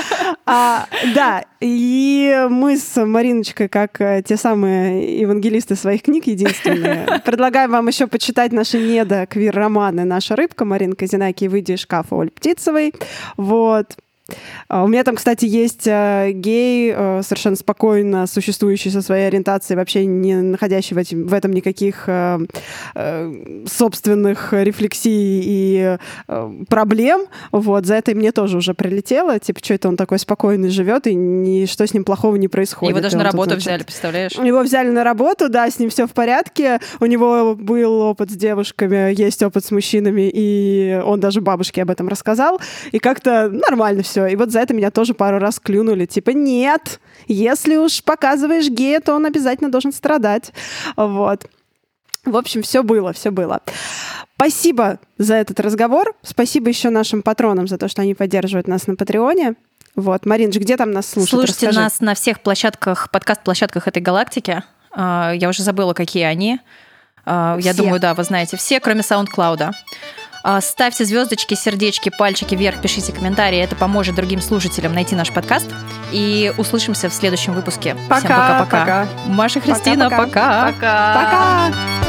Да, и мы с Мариночкой, как те самые евангелисты своих книг единственные, предлагаем вам еще почитать наши недо-квир-романы «Наша рыбка», Марина Казинаки и «Выйди из шкафа» Оль Птицевой. Вот. У меня там, кстати, есть гей, совершенно спокойно существующий со своей ориентацией, вообще не находящий в этом никаких собственных рефлексий и проблем. Вот, за это мне тоже уже прилетело. Типа, что это он такой спокойный живет, и ничто с ним плохого не происходит. Его даже на работу взяли, представляешь? Его взяли на работу, да, с ним все в порядке. У него был опыт с девушками, есть опыт с мужчинами, и он даже бабушке об этом рассказал. И как-то нормально все. И вот за это меня тоже пару раз клюнули. Типа, нет, если уж показываешь гея, то он обязательно должен страдать. Вот. В общем, все было. Спасибо за этот разговор. Спасибо еще нашим патронам за то, что они поддерживают нас на Патреоне. Вот, Маринж, где там нас слушают? Слушайте нас на всех площадках, подкаст-площадках этой галактики. Я уже забыла, какие они. Я думаю, да, вы знаете все, кроме SoundCloud. Ставьте звездочки, сердечки, пальчики вверх, пишите комментарии. Это поможет другим слушателям найти наш подкаст. И услышимся в следующем выпуске. Пока. Всем пока-пока. Маша, Христина, Пока. пока. Пока.